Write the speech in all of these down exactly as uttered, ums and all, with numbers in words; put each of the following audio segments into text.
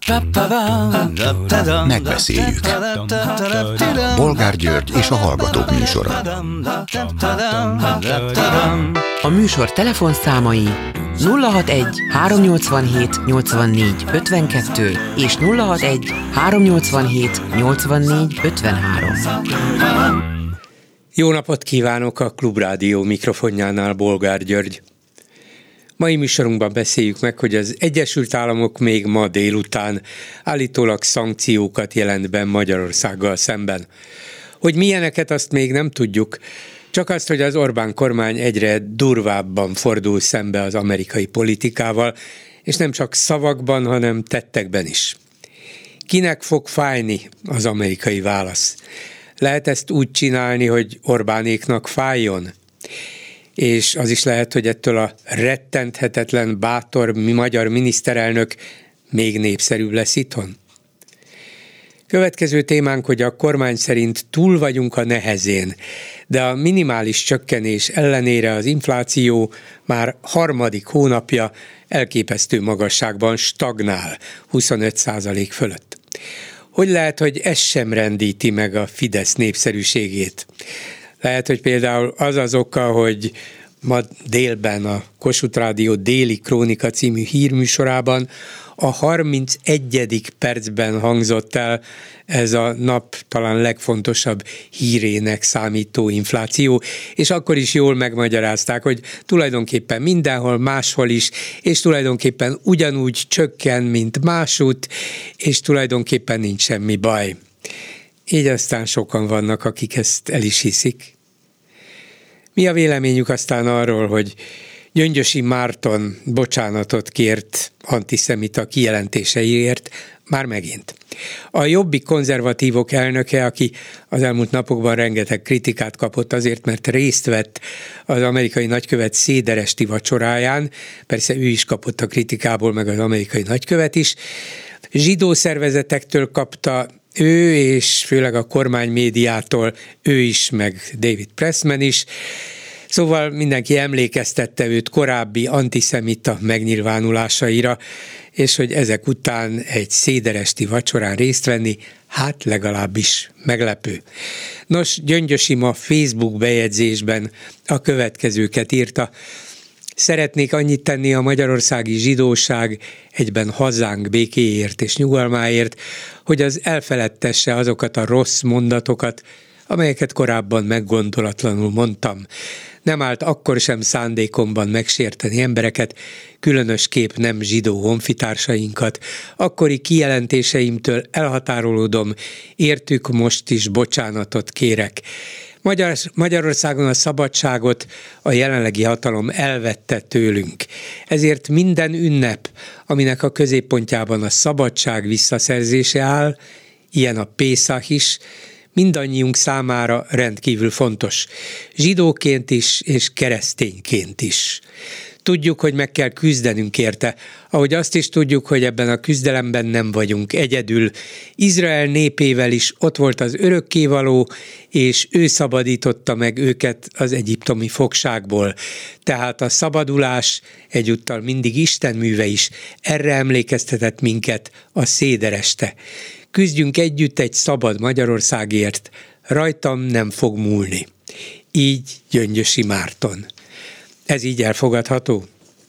Megbeszéljük. Bolgár György és a Hallgatók műsora. A műsor telefonszámai nulla hatvanegy háromnyolcvanhét nyolcvannégy ötvenkettő és nulla hatvanegy háromnyolcvanhét nyolcvannégy ötvenhárom. Jó napot kívánok, a Klubrádió mikrofonjánál Bolgár György. Mai műsorunkban beszéljük meg, hogy az Egyesült Államok még ma délután állítólag szankciókat jelent be Magyarországgal szemben. Hogy milyeneket, azt még nem tudjuk, csak azt, hogy az Orbán kormány egyre durvábban fordul szembe az amerikai politikával, és nem csak szavakban, hanem tettekben is. Kinek fog fájni az amerikai válasz? Lehet ezt úgy csinálni, hogy Orbánéknak fájjon? És az is lehet, hogy ettől a rettenthetetlen, bátor magyar miniszterelnök még népszerűbb lesz itthon. Következő témánk, hogy a kormány szerint túl vagyunk a nehezén, de a minimális csökkenés ellenére az infláció már harmadik hónapja elképesztő magasságban stagnál, huszonöt százalék fölött. Hogy lehet, hogy ez sem rendíti meg a Fidesz népszerűségét? Lehet, hogy például az az oka, hogy ma délben a Kossuth Rádió Déli Krónika című hírműsorában a harmincegyedik percben hangzott el ez a nap talán legfontosabb hírének számító infláció, és akkor is jól megmagyarázták, hogy tulajdonképpen mindenhol máshol is, és tulajdonképpen ugyanúgy csökken, mint másút, és tulajdonképpen nincs semmi baj. Így aztán sokan vannak, akik ezt el is hiszik. Mi a véleményük aztán arról, hogy Gyöngyösi Márton bocsánatot kért antiszemita kijelentéseiért már megint. A Jobbik konzervatívok elnöke, aki az elmúlt napokban rengeteg kritikát kapott azért, mert részt vett az amerikai nagykövet széderesti vacsoráján, persze ő is kapott a kritikából, meg az amerikai nagykövet is, zsidó szervezetektől kapta ő, és főleg a kormánymédiától ő is, meg David Pressman is. Szóval mindenki emlékeztette őt korábbi antiszemita megnyilvánulásaira, és hogy ezek után egy széderesti vacsorán részt venni, hát legalábbis meglepő. Nos, Gyöngyösi ma Facebook bejegyzésben a következőket írta: szeretnék annyit tenni a magyarországi zsidóság, egyben hazánk békéért és nyugalmáért, hogy az elfeledtesse azokat a rossz mondatokat, amelyeket korábban meggondolatlanul mondtam. Nem állt akkor sem szándékomban megsérteni embereket, különösképp nem zsidó honfitársainkat. Akkori kijelentéseimtől elhatárolódom, értük, most is bocsánatot kérek. Magyar, Magyarországon a szabadságot a jelenlegi hatalom elvette tőlünk. Ezért minden ünnep, aminek a középpontjában a szabadság visszaszerzése áll, ilyen a Pészach is, mindannyiunk számára rendkívül fontos, zsidóként is és keresztényként is. Tudjuk, hogy meg kell küzdenünk érte, ahogy azt is tudjuk, hogy ebben a küzdelemben nem vagyunk egyedül. Izrael népével is ott volt az örökkévaló, és ő szabadította meg őket az egyiptomi fogságból. Tehát a szabadulás, egyúttal mindig Isten műve is, erre emlékeztetett minket a szédereste. Küzdjünk együtt egy szabad Magyarországért, rajtam nem fog múlni. Így Gyöngyösi Márton. Ez így elfogadható?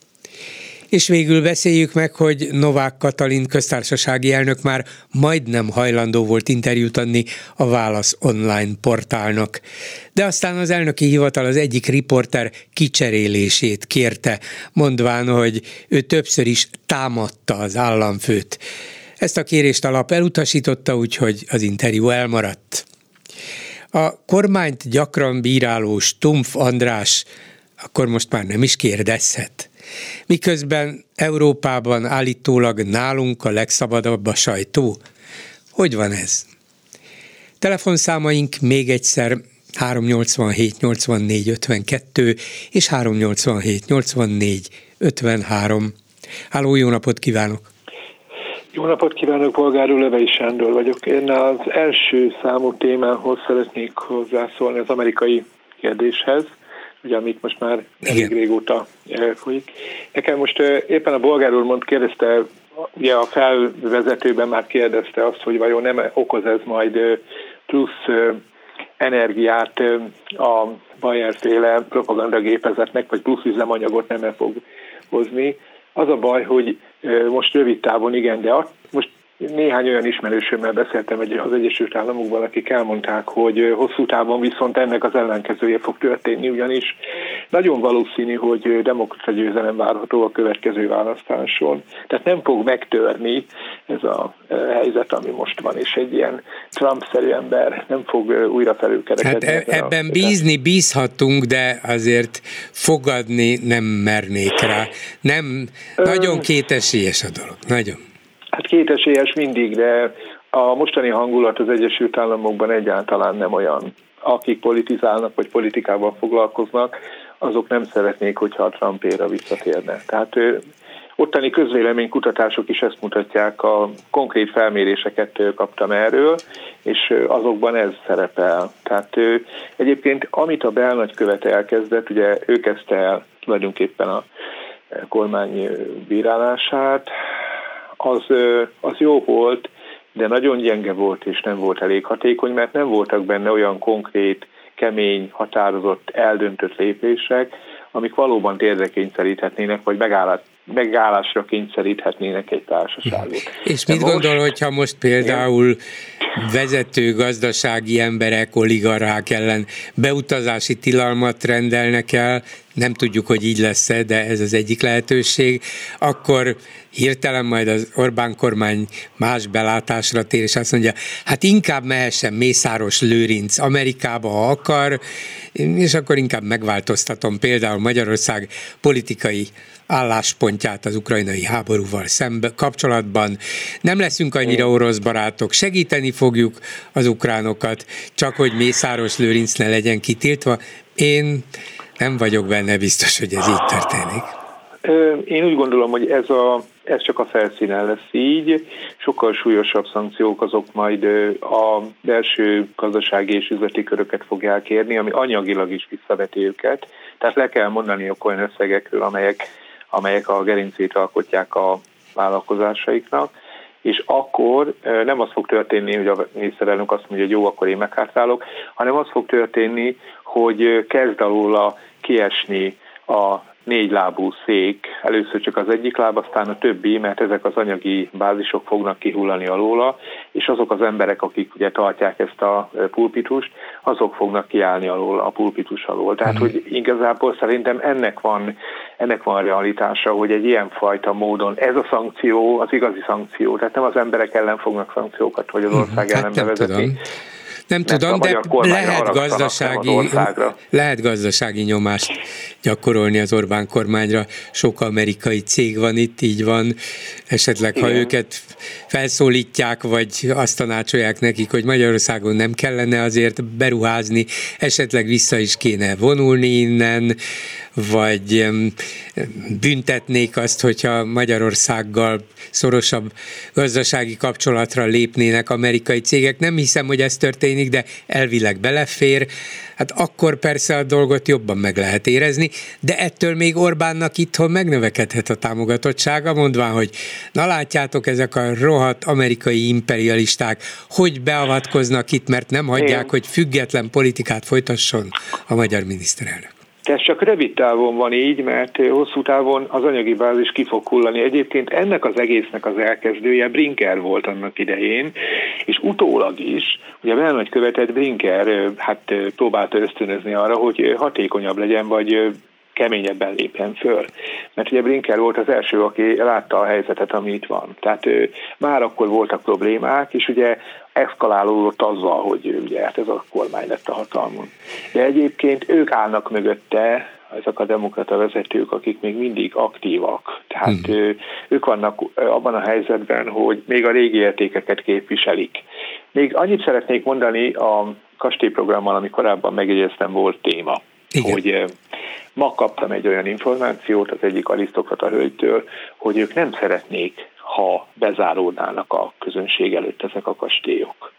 És végül beszéljük meg, hogy Novák Katalin köztársasági elnök már majdnem hajlandó volt interjút adni a Válasz online portálnak. De aztán az elnöki hivatal az egyik riporter kicserélését kérte, mondván, hogy ő többször is támadta az államfőt. Ezt a kérést a lap elutasította, úgyhogy az interjú elmaradt. A kormányt gyakran bíráló Stumpf András akkor most már nem is kérdezhet. Miközben Európában állítólag nálunk a legszabadabb a sajtó. Hogy van ez? Telefonszámaink még egyszer háromnyolcvanhét nyolcvannégy ötvenkettő és háromnyolcvanhét nyolcvannégy ötvenhárom. Háló, jó napot kívánok! Jó napot kívánok, Bolgár úr, Levei Sándor vagyok. Én az első számú témához szeretnék hozzászólni, az amerikai kérdéshez, ugye, amit most már elég régóta folyik. Nekem most éppen a Bolgár úr mond, kérdezte ugye a felvezetőben már kérdezte azt, hogy vajon nem okoz ez majd plusz energiát a Bayer-féle propagandagépezetnek, vagy plusz üzemanyagot nem fog hozni. Az a baj, hogy most rövid távon igen, de most néhány olyan ismerősömmel beszéltem az Egyesült Államokban, akik elmondták, hogy hosszú távon viszont ennek az ellenkezője fog történni, ugyanis nagyon valószínű, hogy demokrata győzelem várható a következő választáson. Tehát nem fog megtörni ez a helyzet, ami most van, és egy ilyen Trump-szerű ember nem fog újra felülkerekedni. Hát ebben a... bízni bízhatunk, de azért fogadni nem mernék rá. Nem, nagyon kétesélyes a dolog, nagyon. Hát kétesélyes mindig, de a mostani hangulat az Egyesült Államokban egyáltalán nem olyan. Akik politizálnak, vagy politikával foglalkoznak, azok nem szeretnék, hogyha a Trump éra visszatérne. Tehát ottani közvéleménykutatások is ezt mutatják, a konkrét felméréseket kaptam erről, és azokban ez szerepel. Tehát egyébként amit a belnagykövet elkezdett, ugye ő kezdte el tulajdonképpen a kormány bírálását, Az, az jó volt, de nagyon gyenge volt, és nem volt elég hatékony, mert nem voltak benne olyan konkrét, kemény, határozott, eldöntött lépések, amik valóban térdre kényszeríthetnének, vagy megállás, megállásra kényszeríthetnének egy társaságot. És mit most... gondol, hogyha most például vezető gazdasági emberek, oligarchák ellen beutazási tilalmat rendelnek el, nem tudjuk, hogy így lesz-e, de ez az egyik lehetőség, akkor hirtelen majd az Orbán kormány más belátásra tér, és azt mondja, hát inkább mehessen Mészáros Lőrinc Amerikába, ha akar, és akkor inkább megváltoztatom például Magyarország politikai álláspontját az ukrajnai háborúval szembe kapcsolatban. Nem leszünk annyira orosz barátok, segíteni fogjuk az ukránokat, csak hogy Mészáros Lőrinc ne legyen kitiltva. Én nem vagyok benne biztos, hogy ez így történik. Én úgy gondolom, hogy ez, a, ez csak a felszínen lesz így. Sokkal súlyosabb szankciók azok majd a belső gazdasági és üzleti köröket fogják érni, ami anyagilag is visszaveti őket. Tehát le kell mondani olyan összegekről, amelyek, amelyek a gerincét alkotják a vállalkozásaiknak, és akkor nem az fog történni, hogy a miniszterelnök azt mondja, hogy jó, akkor én meghátrálok, hanem az fog történni, hogy kezd alóla kiesni a négy lábú szék, először csak az egyik láb, aztán a többi, mert ezek az anyagi bázisok fognak kihullani alóla, és azok az emberek, akik ugye tartják ezt a pulpitust, azok fognak kiállni alól, a pulpitus alól. Tehát, mm. hogy igazából szerintem ennek van, ennek van realitása, hogy egy ilyen fajta módon ez a szankció, az igazi szankció, tehát nem az emberek ellen fognak szankciókat, vagy az ország mm, ellen hát bevezetni. Nem tudom, de lehet gazdasági, lehet gazdasági nyomást gyakorolni az Orbán kormányra. Sok amerikai cég van itt, így van. Esetleg, ha Igen. őket felszólítják, vagy azt tanácsolják nekik, hogy Magyarországon nem kellene azért beruházni, esetleg vissza is kéne vonulni innen, vagy büntetnék azt, hogyha Magyarországgal szorosabb gazdasági kapcsolatra lépnének amerikai cégek. Nem hiszem, hogy ez történik, de elvileg belefér. Hát akkor persze a dolgot jobban meg lehet érezni, de ettől még Orbánnak itthon megnövekedhet a támogatottsága, mondván, hogy na látjátok, ezek a rohadt amerikai imperialisták, hogy beavatkoznak itt, mert nem hagyják, hogy független politikát folytasson a magyar miniszterelnök. Ez csak rövid távon van így, mert hosszú távon az anyagi bázis ki fog hullani. Egyébként ennek az egésznek az elkezdője Brinker volt annak idején, és utólag is, ugye a belnagykövetet Brinker hát próbálta ösztönözni arra, hogy hatékonyabb legyen, vagy keményebben lépjen föl. Mert ugye Brinker volt az első, aki látta a helyzetet, ami itt van. Tehát már akkor voltak problémák, és ugye eszkalálódott azzal, hogy ugye hát ez a kormány lett a hatalmon. De egyébként ők állnak mögötte, ezek a demokrata vezetők, akik még mindig aktívak. Tehát hmm. ők vannak abban a helyzetben, hogy még a régi értékeket képviselik. Még annyit szeretnék mondani a kastélyprogrammal, ami korábban megjegyeztem, volt téma. Igen. Hogy ma kaptam egy olyan információt az egyik arisztokrata hölgytől, hogy ők nem szeretnék, ha bezáródnának a közönség előtt ezek a kastélyok.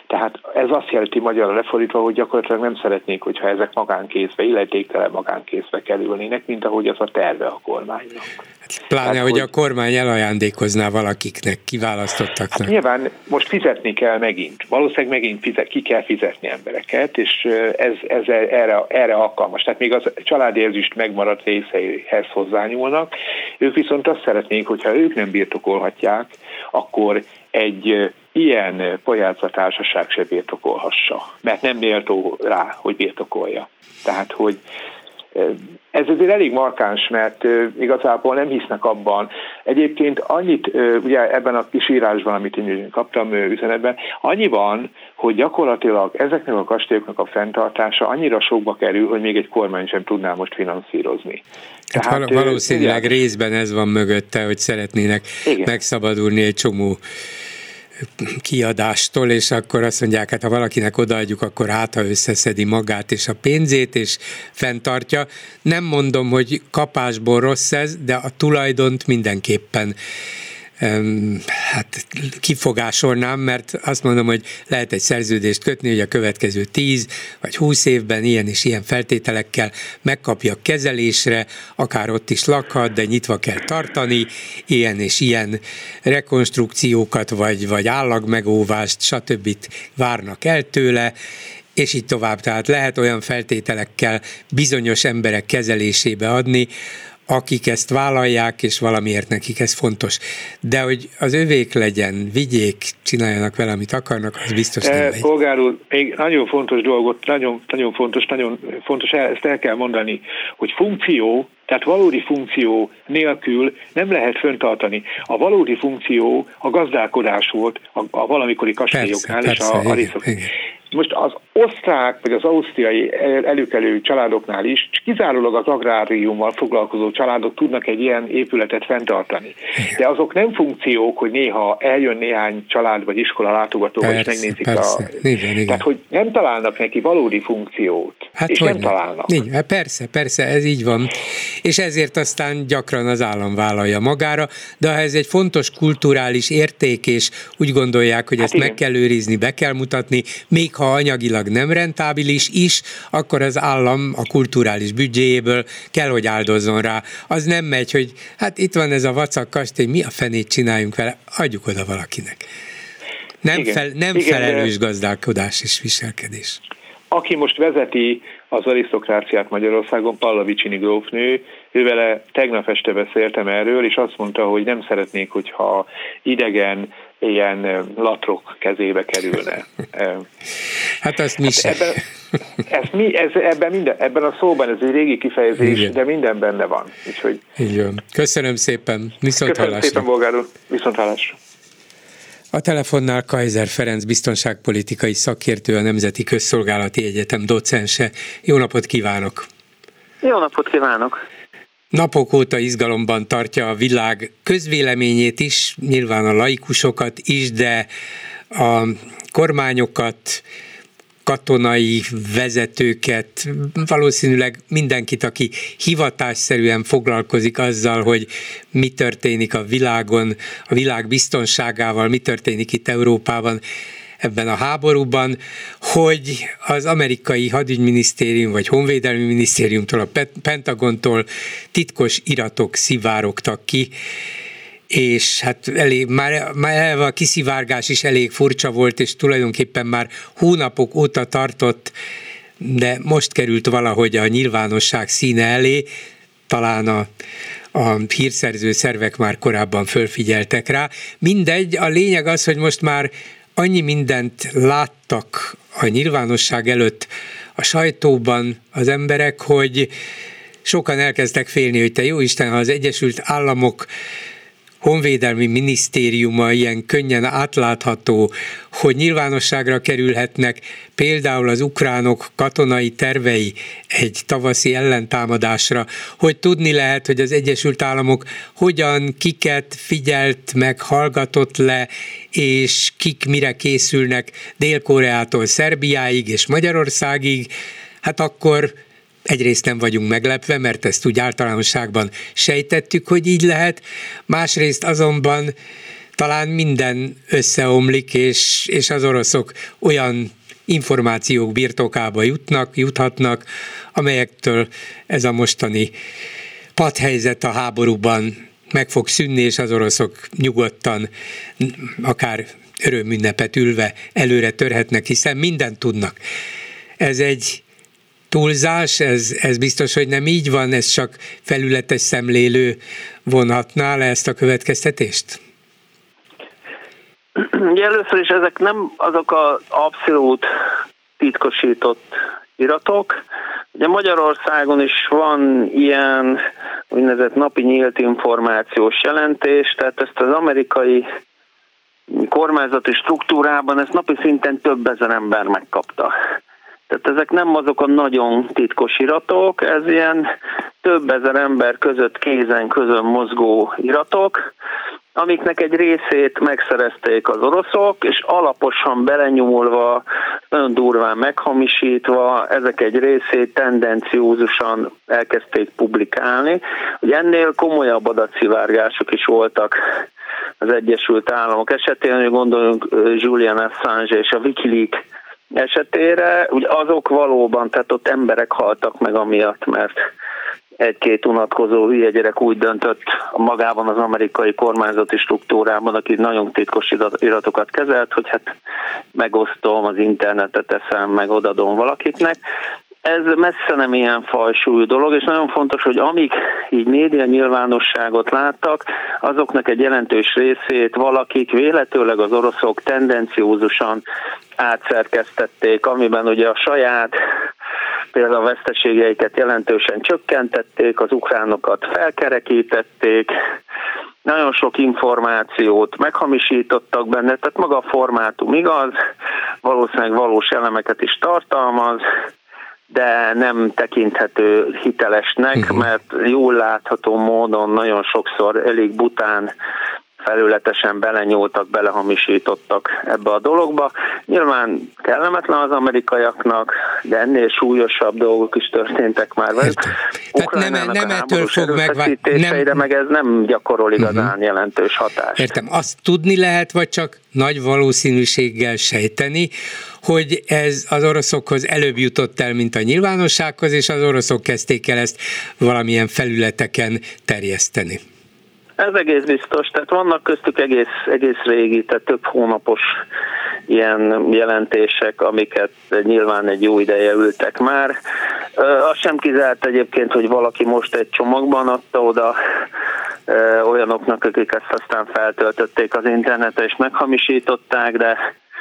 Tehát ez azt jelenti magyarra lefordítva, hogy gyakorlatilag nem szeretnék, hogyha ezek magánkézbe, illetéktelen magánkézbe kerülnének, mint ahogy az a terve a kormánynak. Pláne, hát, hogy, hogy a kormány elajándékozná valakiknek, kiválasztottaknak. Hát nyilván most fizetni kell megint. Valószínűleg megint fizet, ki kell fizetni embereket, és ez, ez erre, erre alkalmas. Tehát még az családérzést megmaradt részeihez hozzányúlnak. Ők viszont azt szeretnék, hogyha ők nem birtokolhatják, akkor egy ilyen pajázatársaság se birtokolhassa, mert nem méltó rá, hogy birtokolja. Tehát, hogy ez azért elég markáns, mert igazából nem hisznek abban. Egyébként annyit, ugye ebben a kis írásban, amit én kaptam üzenetben, annyi van, hogy gyakorlatilag ezeknek a kastélyoknak a fenntartása annyira sokba kerül, hogy még egy kormány sem tudná most finanszírozni. Hát Tehát, valószínűleg ugye, részben ez van mögötte, hogy szeretnének igen. megszabadulni egy csomó kiadástól, és akkor azt mondják, hát ha valakinek odaadjuk, akkor hát, ha összeszedi magát és a pénzét, és fenntartja. Nem mondom, hogy kapásból rossz ez, de a tulajdont mindenképpen hát kifogásolnám, mert azt mondom, hogy lehet egy szerződést kötni, hogy a következő tíz vagy húsz évben ilyen és ilyen feltételekkel megkapja kezelésre, akár ott is lakhat, de nyitva kell tartani, ilyen és ilyen rekonstrukciókat, vagy, vagy állagmegóvást, stb. Várnak el tőle, és így tovább. Tehát lehet olyan feltételekkel bizonyos emberek kezelésébe adni, akik ezt vállalják, és valamiért nekik ez fontos. De hogy az övék legyen, vigyék, csináljanak vele, amit akarnak, az biztos nem megy. Polgár úr, még nagyon fontos dolgot, nagyon, nagyon fontos, nagyon fontos, ezt el kell mondani, hogy funkció, tehát valódi funkció nélkül nem lehet föntartani. A valódi funkció a gazdálkodás volt a, a valamikori kastélyoknál és a ariszok. Most az osztrák vagy az ausztriai előkelő családoknál is kizárólag az agráriummal foglalkozó családok tudnak egy ilyen épületet fenntartani. De azok nem funkciók, hogy néha eljön néhány család vagy iskola látogató, persze, és megnézik persze. a... Igen, igen. Tehát, hogy nem találnak neki valódi funkciót. Hát és nem ne? találnak. Nincs. Persze, persze, ez így van. És ezért aztán gyakran az állam vállalja magára, de ha ez egy fontos kulturális érték, és úgy gondolják, hogy hát ezt igen. meg kell őrizni, be kell mutatni, még ha anyagilag nem rentábilis is, akkor az állam a kulturális büdzséjéből kell, hogy áldozzon rá. Az nem megy, hogy hát itt van ez a vacak kastély, mi a fenét csináljunk vele, adjuk oda valakinek. Nem, fel, nem Igen, felelős de... gazdálkodás és viselkedés. Aki most vezeti az arisztokráciát Magyarországon, Pallavicini grófnő, ővele tegnap este beszéltem erről, és azt mondta, hogy nem szeretnék, hogyha idegen ilyen latrok kezébe kerülne. Hát azt mi hát ebben, ez mi, ez, ebben, minden, ebben a szóban ez egy régi kifejezés, igen. de minden benne van. Úgyhogy... Így van. Köszönöm szépen. Viszont Köszönöm hallásra. szépen, Bolgár úr. Viszont hallásra. A telefonnál Kaiser Ferenc biztonságpolitikai szakértő, a Nemzeti Közszolgálati Egyetem docense. Jó napot kívánok! Jó napot kívánok! Napok óta izgalomban tartja a világ közvéleményét is, nyilván a laikusokat is, de a kormányokat, katonai vezetőket, valószínűleg mindenkit, aki hivatásszerűen foglalkozik azzal, hogy mi történik a világon, a világ biztonságával, mi történik itt Európában, ebben a háborúban, hogy az amerikai hadügyminisztérium vagy honvédelmi minisztériumtól, a Pentagontól titkos iratok szivárogtak ki, és hát elég, már, már a kiszivárgás is elég furcsa volt, és tulajdonképpen már hónapok óta tartott, de most került valahogy a nyilvánosság színe elé, talán a a hírszerző szervek már korábban fölfigyeltek rá. Mindegy, a lényeg az, hogy most már annyi mindent láttak a nyilvánosság előtt a sajtóban az emberek, hogy sokan elkezdtek félni, hogy te jóisten, ha az Egyesült Államok honvédelmi minisztériuma ilyen könnyen átlátható, hogy nyilvánosságra kerülhetnek például az ukránok katonai tervei egy tavaszi ellentámadásra, hogy tudni lehet, hogy az Egyesült Államok hogyan, kiket figyelt meg, hallgatott le, és kik mire készülnek Dél-Koreától Szerbiáig és Magyarországig, hát akkor egyrészt nem vagyunk meglepve, mert ezt úgy általánosságban sejtettük, hogy így lehet, másrészt azonban talán minden összeomlik, és, és az oroszok olyan információk birtokába jutnak, juthatnak, amelyektől ez a mostani patthelyzet a háborúban meg fog szűnni, és az oroszok nyugodtan, akár örömünnepet ülve előre törhetnek, hiszen mindent tudnak. Ez egy túlzás, ez, ez biztos, hogy nem így van, ez csak felületes szemlélő vonhatná le ezt a következtetést? Ugye először is ezek nem azok az abszolút titkosított iratok. Ugye Magyarországon is van ilyen úgynevezett napi nyílt információs jelentés, tehát ezt az amerikai kormányzati struktúrában ezt napi szinten több ezer ember megkapta. Tehát ezek nem azok a nagyon titkos iratok, ez ilyen több ezer ember között kézen közön mozgó iratok, amiknek egy részét megszerezték az oroszok, és alaposan belenyúlva, nagyon durván meghamisítva, ezek egy részét tendenciózusan elkezdték publikálni. Ugye ennél komolyabb adatszivárgások is voltak az Egyesült Államok esetén, hogy gondoljunk Julian Assange és a WikiLeaks esetére, ugye azok valóban, tehát ott emberek haltak meg amiatt, mert egy-két unatkozó hülye gyerek úgy döntött magában az amerikai kormányzati struktúrában, aki nagyon titkos iratokat kezelt, hogy hát megosztom, az internetet teszem, meg odadom valakiknek. Ez messze nem ilyen fajsúlyú dolog, és nagyon fontos, hogy amik így média nyilvánosságot láttak, azoknak egy jelentős részét valakik véletőleg az oroszok tendenciózusan átszerkesztették, amiben ugye a saját például a veszteségeiket jelentősen csökkentették, az ukránokat felkerekítették, nagyon sok információt meghamisítottak benne, tehát maga a formátum igaz, valószínűleg valós elemeket is tartalmaz, de nem tekinthető hitelesnek, uh-huh. mert jól látható módon nagyon sokszor elég bután, felületesen belenyúltak, belehamisítottak ebbe a dologba. Nyilván kellemetlen az amerikaiaknak, de ennél súlyosabb dolgok is történtek már velük. Ukrajnának nem, nem ettől fog meg, nem, meg ez nem gyakorol igazán uh-huh. jelentős hatást. Értem, azt tudni lehet, vagy csak nagy valószínűséggel sejteni, hogy ez az oroszokhoz előbb jutott el, mint a nyilvánossághoz, és az oroszok kezdték el ezt valamilyen felületeken terjeszteni. Ez egész biztos, tehát vannak köztük egész, egész régi, tehát több hónapos ilyen jelentések, amiket nyilván egy jó ideje ültek már. Az sem kizárt egyébként, hogy valaki most egy csomagban adta oda olyanoknak, akik ezt aztán feltöltötték az internetre és meghamisították, de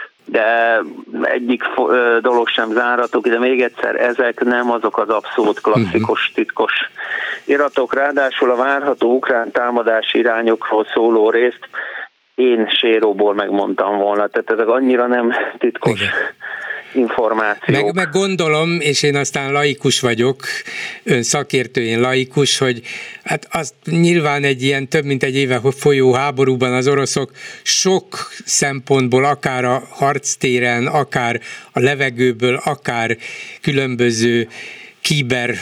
de egyik dolog sem zárhatók, de még egyszer, ezek nem azok az abszolút klasszikus, titkos iratok. Ráadásul a várható ukrán támadási irányokról szóló részt én séróból megmondtam volna, tehát ezek annyira nem titkos igen. információk. Meg, meg gondolom, és én aztán laikus vagyok, ön szakértő, én laikus, hogy hát azt nyilván egy ilyen több mint egy éve folyó háborúban az oroszok sok szempontból, akár a harctéren, akár a levegőből, akár különböző kiber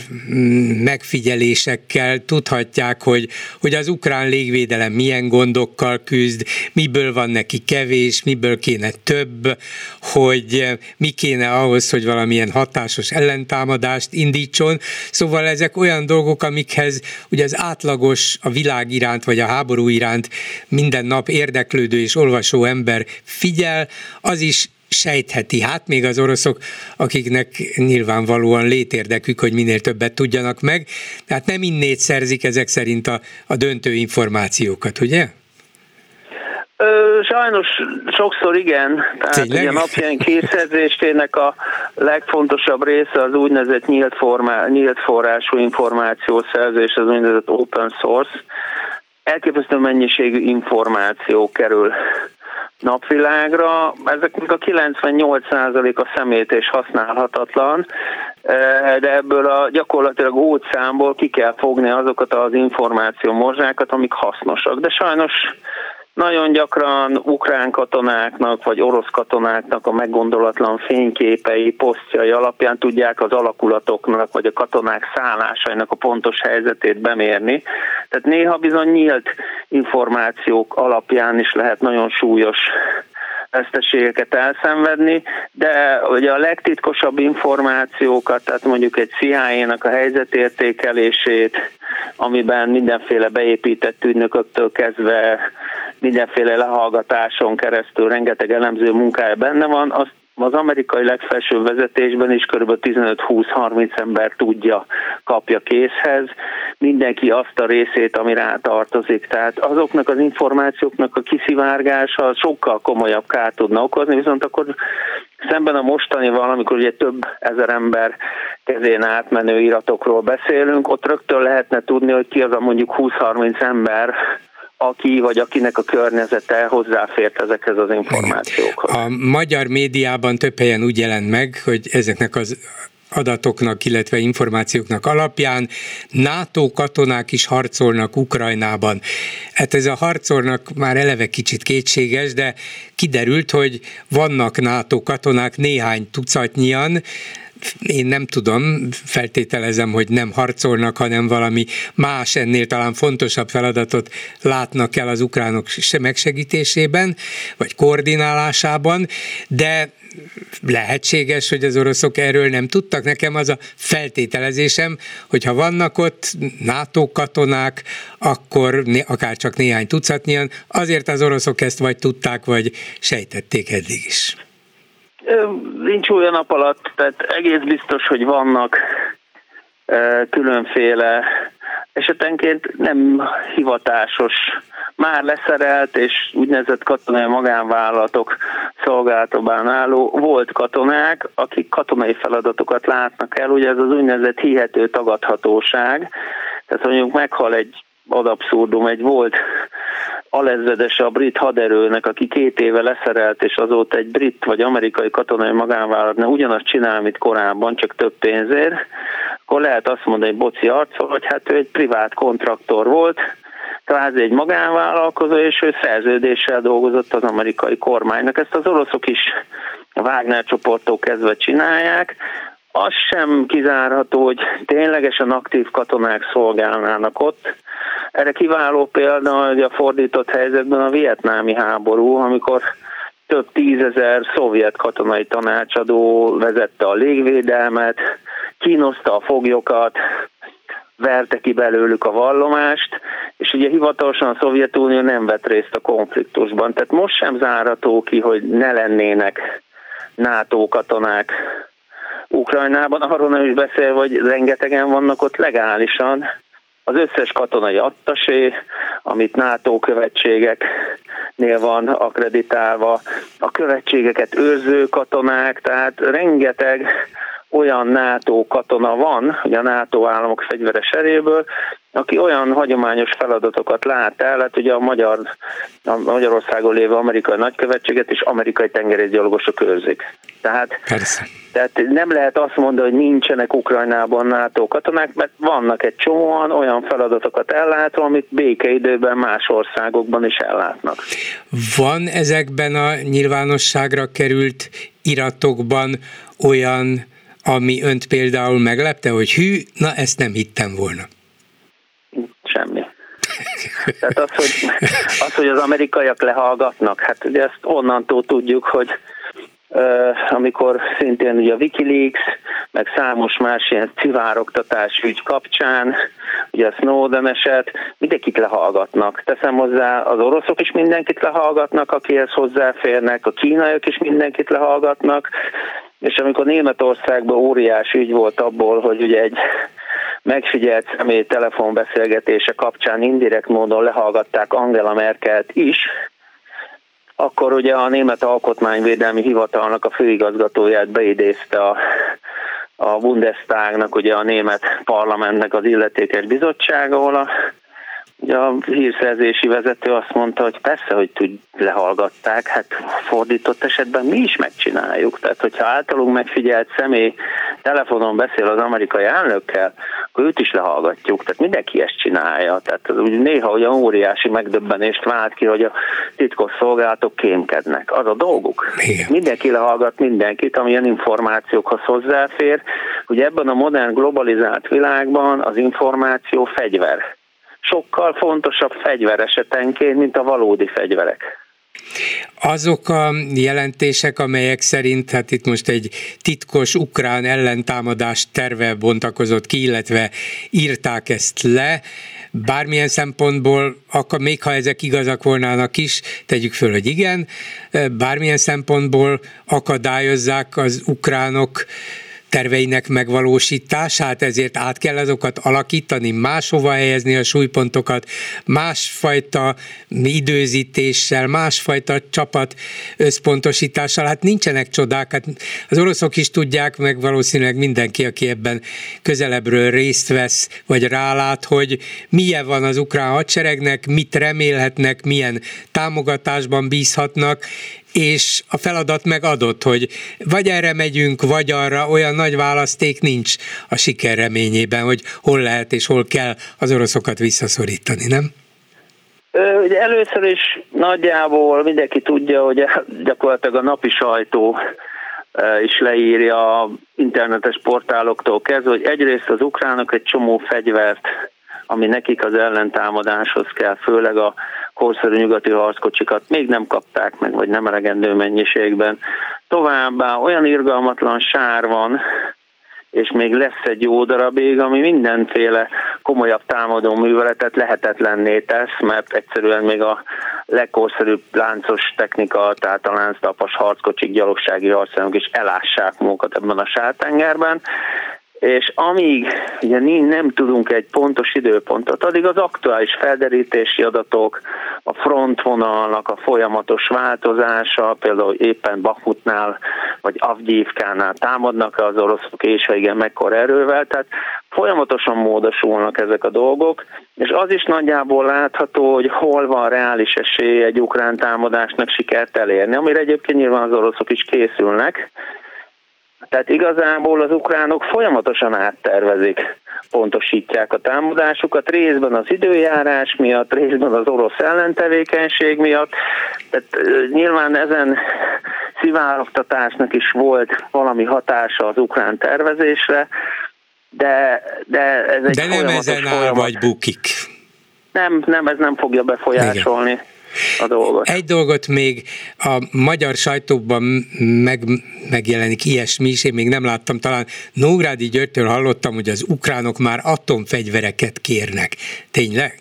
megfigyelésekkel tudhatják, hogy, hogy az ukrán légvédelem milyen gondokkal küzd, miből van neki kevés, miből kéne több, hogy mi kéne ahhoz, hogy valamilyen hatásos ellentámadást indítson. Szóval ezek olyan dolgok, amikhez ugye az átlagos a világ iránt, vagy a háború iránt minden nap érdeklődő és olvasó ember figyel, az is sejtheti, hát még az oroszok, akiknek nyilvánvalóan létérdekük, hogy minél többet tudjanak meg, tehát nem innét szerzik ezek szerint a, a döntő információkat, ugye? Ö, sajnos sokszor igen, tehát ugye a napjaink hírszerzésének a legfontosabb része az úgynevezett nyílt, formá, nyílt forrású információszerzés, az úgynevezett open source. Elképesztő mennyiségű információ kerül napvilágra, ezeknek a kilencvennyolc százaléka szemét és használhatatlan, de ebből a gyakorlatilag óceánból ki kell fogni azokat az információ morzsákat, amik hasznosak. De sajnos nagyon gyakran ukrán katonáknak vagy orosz katonáknak a meggondolatlan fényképei, posztjai alapján tudják az alakulatoknak vagy a katonák szállásainak a pontos helyzetét bemérni. Tehát néha bizony nyílt információk alapján is lehet nagyon súlyos veszteségeket elszenvedni, de ugye a legtitkosabb információkat, tehát mondjuk egy C I A-nak a helyzetértékelését, amiben mindenféle beépített ügynököktől kezdve mindenféle lehallgatáson keresztül rengeteg elemző munkája benne van, azt az amerikai legfelsőbb vezetésben is kb. tizenöt-húsz-harminc ember tudja, kapja készhez, mindenki azt a részét, ami rá tartozik. Tehát azoknak az információknak a kiszivárgása sokkal komolyabb kárt tudna okozni, viszont akkor szemben a mostanival, amikor ugye több ezer ember kezén átmenő iratokról beszélünk, ott rögtön lehetne tudni, hogy ki az a mondjuk húsz-harminc ember, aki vagy akinek a környezete hozzáfért ezekhez az információkhoz. A magyar médiában több helyen úgy jelent meg, hogy ezeknek az adatoknak, illetve információknak alapján NATO katonák is harcolnak Ukrajnában. Hát ez a harcolnak már eleve kicsit kétséges, de kiderült, hogy vannak NATO katonák néhány tucatnyian, én nem tudom, feltételezem, hogy nem harcolnak, hanem valami más, ennél talán fontosabb feladatot látnak el az ukránok megsegítésében, vagy koordinálásában, de lehetséges, hogy az oroszok erről nem tudtak. Nekem az a feltételezésem, hogy ha vannak ott NATO katonák, akkor akár csak néhány tucatnyian, azért az oroszok ezt vagy tudták, vagy sejtették eddig is. Nincs olyan nap alatt, tehát egész biztos, hogy vannak különféle esetenként nem hivatásos, már leszerelt és úgynevezett katonai magánvállalatok szolgálatában álló volt katonák, akik katonai feladatokat látnak el, ugye ez az úgynevezett hihető tagadhatóság, tehát mondjuk meghal egy ad abszurdum, egy volt alezredes a brit haderőnek, aki két éve leszerelt, és azóta egy brit vagy amerikai katonai magánvállalatnál ugyanazt csinál, mint korábban, csak több pénzért, akkor lehet azt mondani, hogy boci arccal, hogy hát ő egy privát kontraktor volt, kvázi egy magánvállalkozó, és ő szerződéssel dolgozott az amerikai kormánynak. Ezt az oroszok is a Wagner csoporttól kezdve csinálják. Az sem kizárható, hogy ténylegesen aktív katonák szolgálnának ott. Erre kiváló példa, hogy a fordított helyzetben a vietnámi háború, amikor több tízezer szovjet katonai tanácsadó vezette a légvédelmet, kínozta a foglyokat, verte ki belőlük a vallomást, és ugye hivatalosan a Szovjetunió nem vett részt a konfliktusban. Tehát most sem zárható ki, hogy ne lennének NATO katonák Ukrajnában, arról nem is beszélve, hogy rengetegen vannak ott legálisan. Az összes katonai attasé, amit NATO követségeknél van akkreditálva, a követségeket őrző katonák, tehát rengeteg olyan NATO katona van, ugye a NATO államok fegyveres erőből, aki olyan hagyományos feladatokat lát el, hát ugye a, Magyar, a Magyarországon lévő amerikai nagykövetséget és amerikai tengerészgyalogosok őrzik. Tehát, tehát nem lehet azt mondani, hogy nincsenek Ukrajnában NATO katonák, mert vannak egy csomóan olyan feladatokat ellátva, amit békeidőben más országokban is ellátnak. Van ezekben a nyilvánosságra került iratokban olyan, ami önt például meglepte, hogy hű, na ezt nem hittem volna? Semmi. Tehát az, hogy, az, hogy az amerikaiak lehallgatnak, hát ugye ezt onnantól tudjuk, hogy uh, amikor szintén ugye a Wikileaks, meg számos más ilyen szivárogtatás ügy kapcsán, ugye a Snowden eset, mindenkit lehallgatnak. Teszem hozzá, az oroszok is mindenkit lehallgatnak, akihez hozzáférnek, a kínaiak is mindenkit lehallgatnak, és amikor Németországban óriási ügy volt abból, hogy ugye egy megfigyelt személy telefonbeszélgetése kapcsán indirekt módon lehallgatták Angela Merkelt is, akkor ugye a Német Alkotmányvédelmi Hivatalnak a főigazgatóját beidézte a, a Bundestagnak, ugye a német parlamentnek az illetékes bizottsága, ahol a, a hírszerzési vezető azt mondta, hogy persze, hogy tud, lehallgatták, hát fordított esetben mi is megcsináljuk. Tehát, hogyha általunk megfigyelt személy telefonon beszél az amerikai elnökkel, akkor őt is lehallgatjuk. Tehát mindenki ezt csinálja. Tehát úgy néha olyan óriási megdöbbenést vált ki, hogy a titkos szolgálatok kémkednek. Az a dolguk. Igen. Mindenki lehallgat mindenkit, amilyen információkhoz hozzáfér. Ugye ebben a modern globalizált világban az információ fegyver. Sokkal fontosabb fegyver esetenként, mint a valódi fegyverek. Azok a jelentések, amelyek szerint, hát itt most egy titkos ukrán ellentámadás terve bontakozott ki, illetve írták ezt le, bármilyen szempontból, akkor még ha ezek igazak volnának is, tegyük föl, hogy igen, bármilyen szempontból akadályozzák az ukránok terveinek megvalósítását, ezért át kell azokat alakítani, máshova helyezni a súlypontokat, másfajta időzítéssel, másfajta csapat összpontosítással. Hát nincsenek csodák, hát az oroszok is tudják, meg valószínűleg mindenki, aki ebben közelebbről részt vesz, vagy rálát, hogy milyen van az ukrán hadseregnek, mit remélhetnek, milyen támogatásban bízhatnak, és a feladat meg adott, hogy vagy erre megyünk, vagy arra, olyan nagy választék nincs a siker reményében, hogy hol lehet és hol kell az oroszokat visszaszorítani, nem? Ugye először is nagyjából mindenki tudja, hogy gyakorlatilag a napi sajtó is leírja internetes portáloktól kezdve, hogy egyrészt az ukránok egy csomó fegyvert, ami nekik az ellentámadáshoz kell, főleg a korszerű nyugati harckocsikat még nem kapták meg, vagy nem elegendő mennyiségben. Továbbá olyan irgalmatlan sár van, és még lesz egy jó darabig, ami mindenféle komolyabb támadó műveletet lehetetlenné tesz, mert egyszerűen még a legkorszerűbb láncos technika, tehát a lánctalpas harckocsik, gyalogsági harcanyagok is elássák magukat ebben a sártengerben. És amíg ugye nem tudunk egy pontos időpontot, addig az aktuális felderítési adatok, a frontvonalnak a folyamatos változása, például éppen Bakhmutnál vagy Avgyívkánál támadnak az oroszok, és ha igen, mekkora erővel, tehát folyamatosan módosulnak ezek a dolgok, és az is nagyjából látható, hogy hol van reális esély egy ukrán támadásnak sikert elérni, amire egyébként nyilván az oroszok is készülnek. Tehát igazából az ukránok folyamatosan áttervezik, pontosítják a támadásukat, részben az időjárás miatt, részben az orosz ellentevékenység miatt. Tehát nyilván ezen szivárogtatásnak is volt valami hatása az ukrán tervezésre, de, de ez egy de nem ezen áll vagy bukik. Nem, nem, ez nem fogja befolyásolni. Igen. A dolgot. Egy dolgot még a magyar sajtóban meg, megjelenik ilyesmi is, én még nem láttam, talán Nógrádi Györgytől hallottam, hogy az ukránok már atomfegyvereket kérnek. Tényleg?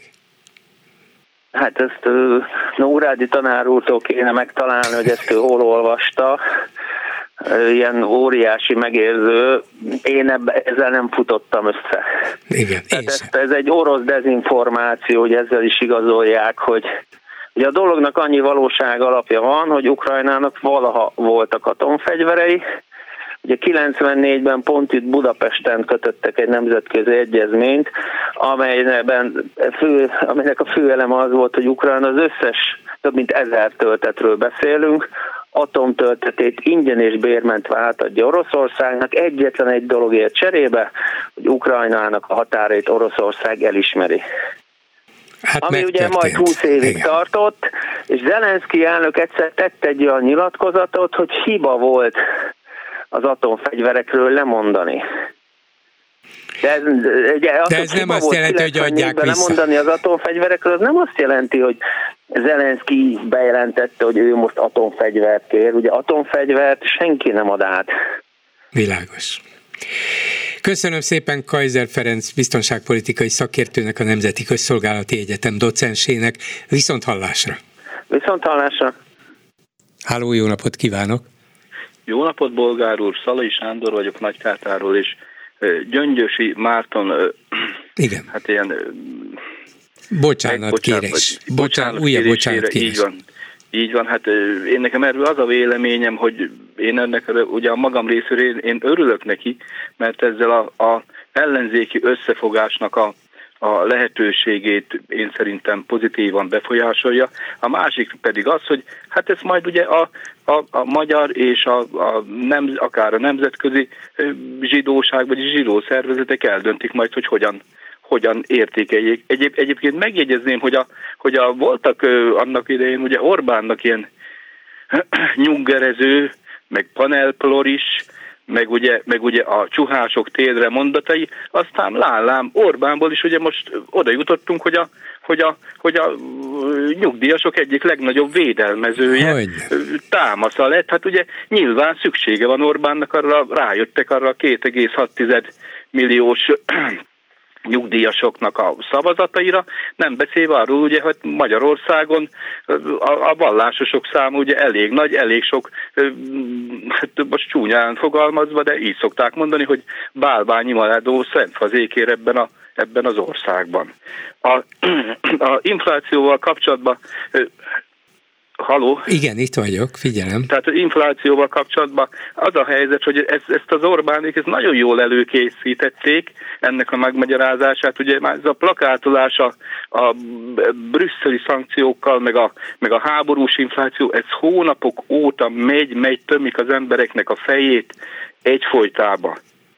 Hát ezt uh, Nógrádi tanár úrtól kéne megtalálni, hogy ezt ő hol olvasta. Ilyen óriási megérző, én ebbe, ezzel nem futottam össze. Igen, Tehát ezt, ez egy orosz dezinformáció, hogy ezzel is igazolják, hogy ugye a dolognak annyi valóság alapja van, hogy Ukrajnának valaha voltak atomfegyverei. Ugye kilencvennégyben pont itt Budapesten kötöttek egy nemzetközi egyezményt, amelyben fő, amelynek a fő eleme az volt, hogy Ukrajna az összes, több mint ezer töltetről beszélünk, atomtöltetét ingyen és bérmentve átadja Oroszországnak, egyetlen egy dologért cserébe, hogy Ukrajnának a határait Oroszország elismeri. Hát ami ugye majd húsz évig igen. tartott, és Zelenszky elnök egyszer tett egy olyan nyilatkozatot, hogy hiba volt az atomfegyverekről lemondani. De ez, ugye, De ez nem azt jelenti, hogy adják vissza. Lemondani az atomfegyverekről, az nem azt jelenti, hogy Zelenszky bejelentette, hogy ő most atomfegyvert kér. Ugye atomfegyvert senki nem ad át. Világos. Köszönöm szépen Kaiser Ferenc biztonságpolitikai szakértőnek, a Nemzeti Közszolgálati Egyetem docensének. Viszont hallásra! Viszont hallásra! Háló, jó napot kívánok! Jó napot, Bolgár úr! Szalai Sándor vagyok Nagykátáról, és Gyöngyösi Márton, igen. hát ilyen... Bocsánat kérés. Bocsánat, újabb bocsánat kérés. Így van. Így van, hát én nekem erről az a véleményem, hogy én ennek ugye a magam részéről én, én örülök neki, mert ezzel a, a ellenzéki összefogásnak a, a lehetőségét én szerintem pozitívan befolyásolja. A másik pedig az, hogy hát ez majd ugye a, a, a magyar és a, a nem, akár a nemzetközi zsidóság vagy zsidó szervezetek eldöntik majd, hogy hogyan hogyan értékeljék. Egyéb, egyébként megjegyezném, hogy, a, hogy a, voltak ö, annak idején ugye Orbánnak ilyen nyuggerező, meg panelploris, meg ugye, meg ugye a csuhások térdre mondatai, aztán lám-lám Orbánból is ugye most oda jutottunk, hogy a, hogy a, hogy a nyugdíjasok egyik legnagyobb védelmezője hogy? támasza lett. Hát ugye nyilván szüksége van Orbánnak, arra rájöttek arra a két egész hat milliós nyugdíjasoknak a szavazataira, nem beszélve arról, ugye, hogy Magyarországon a, a vallásosok száma ugye elég nagy, elég sok, hát most csúnyán fogalmazva, de így szokták mondani, hogy bálványimaladó szentfazékér ebben, a, ebben az országban. A, a inflációval kapcsolatban Haló? Igen, itt vagyok, figyelem. Tehát az inflációval kapcsolatban az a helyzet, hogy ezt, ezt az Orbánék ezt nagyon jól előkészítették, ennek a megmagyarázását. Ugye már ez a plakátolás a, a brüsszeli szankciókkal, meg a, meg a háborús infláció, ez hónapok óta megy, megy, tömik az embereknek a fejét egyfolytában.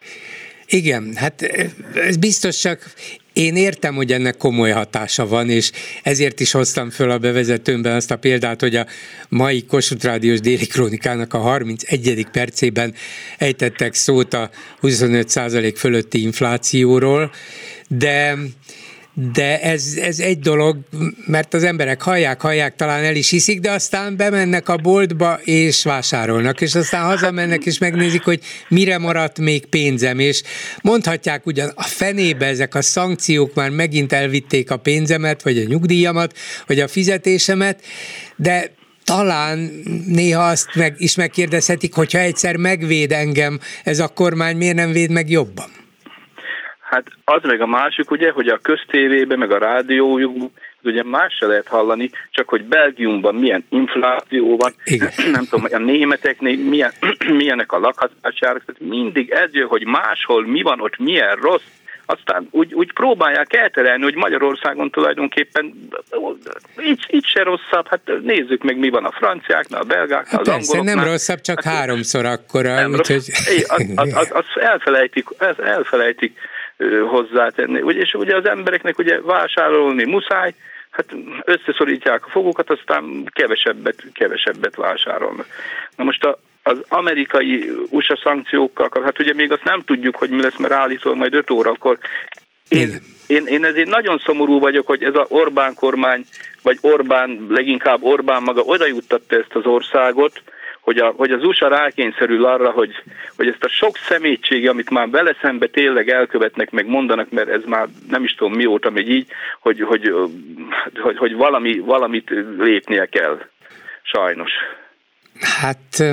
Igen, hát ez biztos, csak én értem, hogy ennek komoly hatása van, és ezért is hoztam föl a bevezetőmben azt a példát, hogy a mai Kossuth Rádiós Déli Krónikának a harmincegyedik percében ejtettek szót a huszonöt százalék fölötti inflációról, de... De ez, ez egy dolog, mert az emberek hallják, hallják, talán el is hiszik, de aztán bemennek a boltba és vásárolnak, és aztán hazamennek és megnézik, hogy mire maradt még pénzem, és mondhatják ugyan a fenébe ezek a szankciók már megint elvitték a pénzemet, vagy a nyugdíjamat, vagy a fizetésemet, de talán néha azt meg, is megkérdezhetik, hogyha egyszer megvéd engem ez a kormány, miért nem véd meg jobban? Hát az meg a másik, ugye, hogy a köztévében, meg a rádiójukban, ugye más se lehet hallani, csak hogy Belgiumban milyen infláció van, igen. Nem tudom, a németeknél milyen, milyenek a lakhatásárak, mindig ez jön, hogy máshol mi van, ott milyen rossz, aztán úgy, úgy próbálják elterelni, hogy Magyarországon tulajdonképpen így, így se rosszabb, hát nézzük meg, mi van a franciáknál, a belgáknál, az persze, angoloknál. nem rosszabb, csak hát, háromszor akkora. Nem úgyhogy... rossz, az, az, az, az elfelejtik, az elfelejtik hozzátenni. És ugye az embereknek ugye vásárolni muszáj, hát összeszorítják a fogukat, aztán kevesebbet, kevesebbet vásárolnak. Na most a, az amerikai u es á szankciókkal, hát ugye még azt nem tudjuk, hogy mi lesz, mert állítólag majd öt órakor. Én, én, én ezért nagyon szomorú vagyok, hogy ez az Orbán kormány, vagy Orbán, leginkább Orbán maga oda juttatta ezt az országot, hogy, a, hogy az u es á rákényszerül arra, hogy, hogy ezt a sok szemétsége, amit már vele szembe tényleg elkövetnek, meg mondanak, mert ez már nem is tudom mióta megy így, hogy, hogy, hogy, hogy valami, valamit lépnie kell. Sajnos. Hát...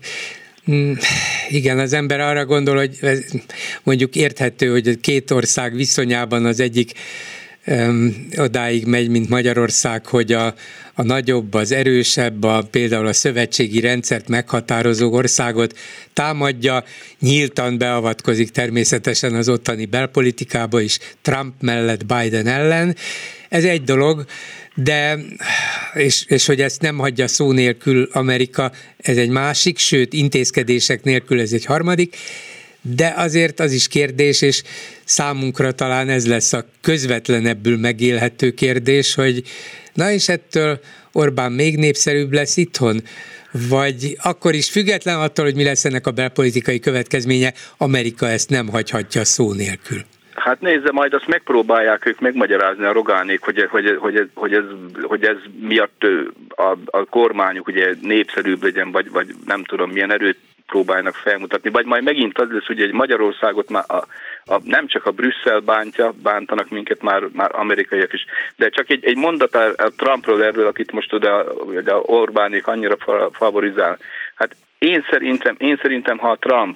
igen, az ember arra gondol, hogy mondjuk érthető, hogy két ország viszonyában az egyik um, odáig megy, mint Magyarország, hogy a, a nagyobb, az erősebb, a, például a szövetségi rendszert meghatározó országot támadja, nyíltan beavatkozik természetesen az ottani belpolitikába is, Trump mellett Biden ellen. Ez egy dolog, de, és, és hogy ezt nem hagyja szó nélkül Amerika, ez egy másik, sőt, intézkedések nélkül ez egy harmadik, de azért az is kérdés, és számunkra talán ez lesz a közvetlenebbül megélhető kérdés, hogy na és ettől Orbán még népszerűbb lesz itthon, vagy akkor is független attól, hogy mi lesz ennek a belpolitikai következménye, Amerika ezt nem hagyhatja szó nélkül. Hát nézze, majd azt megpróbálják ők megmagyarázni a Rogánék, hogy, hogy, hogy, hogy, ez, hogy ez miatt a, a kormányuk ugye népszerűbb legyen, vagy, vagy nem tudom milyen erőt próbálnak felmutatni, vagy majd megint az lesz, ugye, hogy Magyarországot már a, a, nem csak a Brüsszel bántja, bántanak minket már, már amerikaiak is, de csak egy, egy mondat a, a Trumpról erről, akit most oda, oda Orbánék annyira favorizál. Hát én szerintem, én szerintem, ha a Trump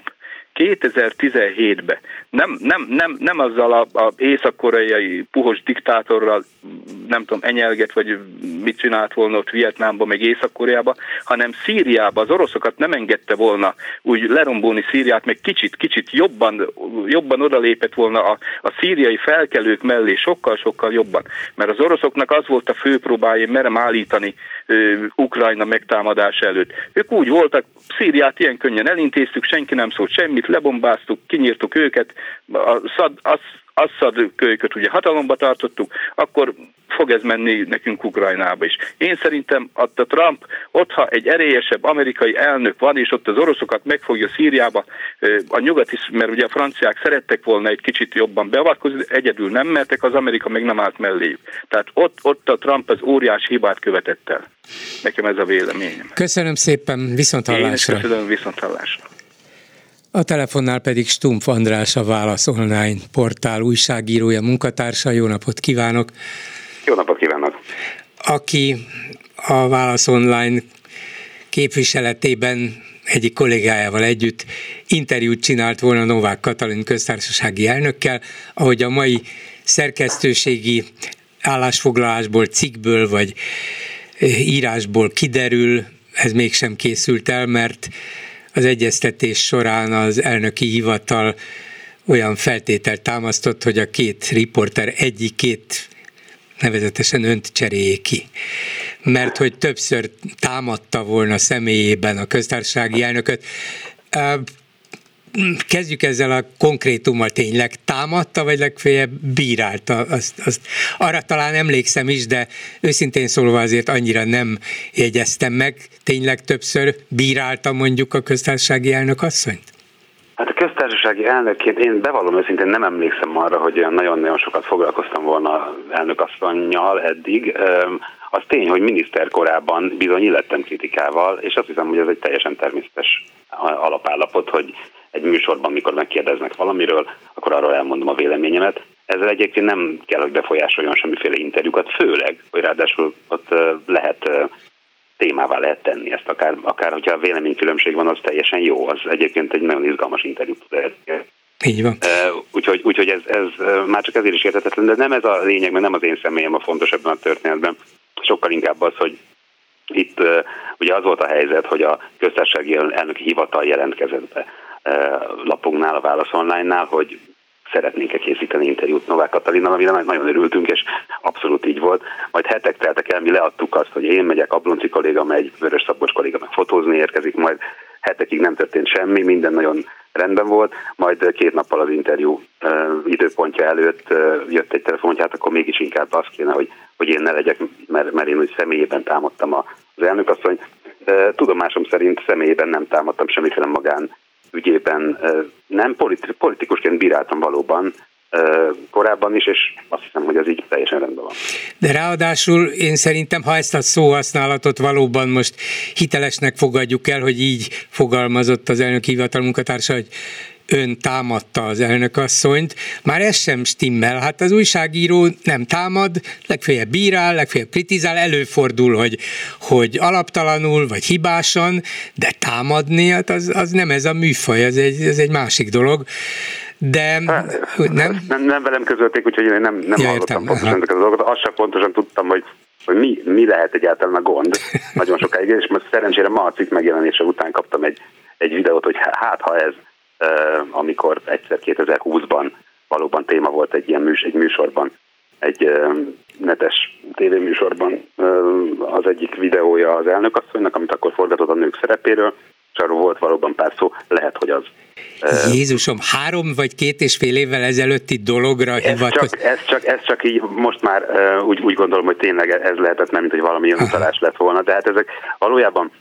kétezer-tizenhétben nem, nem, nem, nem azzal a, a észak-koreai puhos diktátorral, nem tudom, enyelget, vagy mit csinált volna ott Vietnámban, meg Észak-Koreában, hanem Szíriában az oroszokat nem engedte volna úgy lerombolni Szíriát, meg kicsit, kicsit jobban, jobban odalépett volna a, a szíriai felkelők mellé, sokkal-sokkal jobban. Mert az oroszoknak az volt a fő próbája, merem állítani uh, Ukrajna megtámadása előtt. Ők úgy voltak, Szíriát ilyen könnyen elintéztük, senki nem szólt semmit, lebombáztuk, kinyírtuk őket, a szad, az, Assad kölyköt ugye hatalomba tartottuk, akkor fog ez menni nekünk Ukrajnába is. Én szerintem ott a Trump, ott ha egy erélyesebb amerikai elnök van, és ott az oroszokat megfogja Szíriába, a nyugati, mert ugye a franciák szerettek volna egy kicsit jobban beavatkozni, egyedül nem mertek, az Amerika meg nem állt melléjük. Tehát ott, ott a Trump az óriási hibát követett el. Nekem ez a véleményem. Köszönöm szépen, viszonthallásra. Én köszönöm, viszonthallásra. A telefonnál pedig Stumpf András, a Válasz Online portál újságírója, munkatársa. Jó napot kívánok! Jó napot kívánok! Aki a Válasz Online képviseletében egyik kollégájával együtt interjút csinált volna Novák Katalin köztársasági elnökkel, ahogy a mai szerkesztőségi állásfoglalásból, cikkből vagy írásból kiderül, ez mégsem készült el, mert az egyeztetés során az elnöki hivatal olyan feltételt támasztott, hogy a két riporter egyikét nevezetesen önt cseréljék ki. Mert hogy többször támadta volna személyében a köztársasági elnököt. Kezdjük ezzel a konkrétummal, tényleg támadta, vagy legfeljebb bírálta? Azt, azt, arra talán emlékszem is, de őszintén szólva azért annyira nem jegyeztem meg. Tényleg többször bírálta mondjuk a köztársasági elnök asszonyt? Hát a köztársasági elnökként én bevallom őszintén nem emlékszem arra, hogy olyan nagyon-nagyon sokat foglalkoztam volna elnökasszonnyal eddig. Az tény, hogy miniszter korában bizony illettem kritikával, és azt hiszem, hogy ez egy teljesen természetes alapállapot, hogy egy műsorban, mikor megkérdeznek valamiről, akkor arról elmondom a véleményemet. Ezzel egyébként nem kell, hogy befolyásoljon semmiféle interjúkat, főleg, hogy ráadásul ott lehet témává lehet tenni ezt, akár, akár hogyha véleménykülönbség van, az teljesen jó, az egyébként egy nagyon izgalmas interjú tud elérni. Így van. Úgyhogy, úgyhogy ez, ez már csak ezért is érthetetlen, de nem ez a lényeg, mert nem az én személyem a fontos ebben a történetben. Sokkal inkább az, hogy itt ugye az volt a helyzet, hogy a köztársasági elnöki hivatal jelentkezett be lapunknál, a Válasz Online-nál, hogy szeretnénk-e készíteni interjút Novák Katalinnal, amire nagyon örültünk, és abszolút így volt. Majd hetek teltek el, mi leadtuk azt, hogy én megyek, Ablonci kolléga megy, Vörös Szabolcs kolléga meg fotózni érkezik, majd hetekig nem történt semmi, minden nagyon rendben volt, majd két nappal az interjú uh, időpontja előtt uh, jött egy telefon, hogy hát akkor mégis inkább az kéne, hogy, hogy én ne legyek, mert, mert én úgy személyében támadtam az elnökasszony. Uh, tudomásom szerint személyében nem támadtam semmiféle magán ügyében, nem politikusként bíráltam valóban korábban is, és azt hiszem, hogy az így teljesen rendben van. De ráadásul én szerintem, ha ezt a szóhasználatot valóban most hitelesnek fogadjuk el, hogy így fogalmazott az elnöki hivatal munkatársa, hogy ön támadta az elnökasszonyt, már ez sem stimmel. Hát az újságíró nem támad, legfeljebb bírál, legfeljebb kritizál, előfordul, hogy, hogy alaptalanul, vagy hibásan, de támadni, hát az, az nem ez a műfaj, ez egy, ez egy másik dolog. De hát, nem? nem? Nem velem közölték, úgyhogy én nem, nem ja, hallottam pontosan ezeket a dolgokat. Azt sem pontosan tudtam, hogy, hogy mi, mi lehet egyáltalán a gond. Nagyon sokáig, és most szerencsére ma a cikk megjelenése után kaptam egy, egy videót, hogy hát ha ez amikor egyszer kétezer-húszban valóban téma volt egy ilyen műs, egy műsorban, egy netes tévéműsorban az egyik videója az elnökasszonynak, amit akkor forgatott a nők szerepéről, és arról volt valóban pár szó, lehet, hogy az. Jézusom, három vagy két és fél évvel ezelőtti dologra hivatkoz... Ez, ez, csak, ez csak így most már úgy, úgy gondolom, hogy tényleg ez lehetett, nem mint hogy valami ilyen utalás lett volna, de hát ezek valójában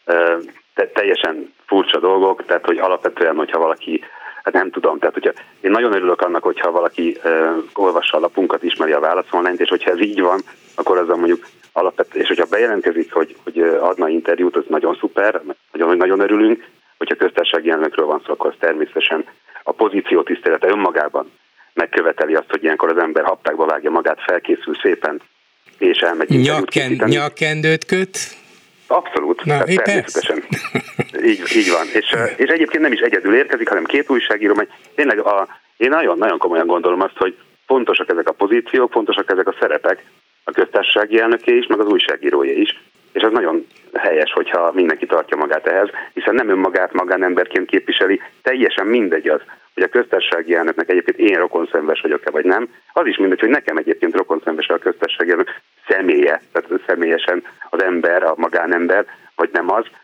te, teljesen furcsa dolgok, tehát hogy alapvetően, hogyha valaki, hát nem tudom, tehát hogyha én nagyon örülök annak, hogyha valaki uh, olvassa a lapunkat, ismeri a Válasz Online-t, és hogyha ez így van, akkor azzal mondjuk alapvetően, és hogyha bejelentkezik, hogy, hogy adna interjút, az nagyon szuper, nagyon, nagyon örülünk, hogyha köztársasági elnökről van szó, akkor az természetesen a pozíció tisztelete önmagában megköveteli azt, hogy ilyenkor az ember haptákba vágja magát, felkészül szépen, és elmegy interjút készíteni. Nyakkendőt köt? Abszolút, Na, természetesen. Így, így van. És, és egyébként nem is egyedül érkezik, hanem két újságíró, mert tényleg a, én nagyon-nagyon komolyan gondolom azt, hogy fontosak ezek a pozíciók, fontosak ezek a szerepek, a köztársasági elnöké is, meg az újságírója is. És az nagyon helyes, hogyha mindenki tartja magát ehhez, hiszen nem önmagát magánemberként képviseli, teljesen mindegy az, hogy a köztársasági elnöknek egyébként én rokonszenves vagyok-e vagy nem. Az is mindegy, hogy nekem egyébként rokonszenves a köztársasági elnök személye, tehát személyesen az ember, a magánember, vagy nem az.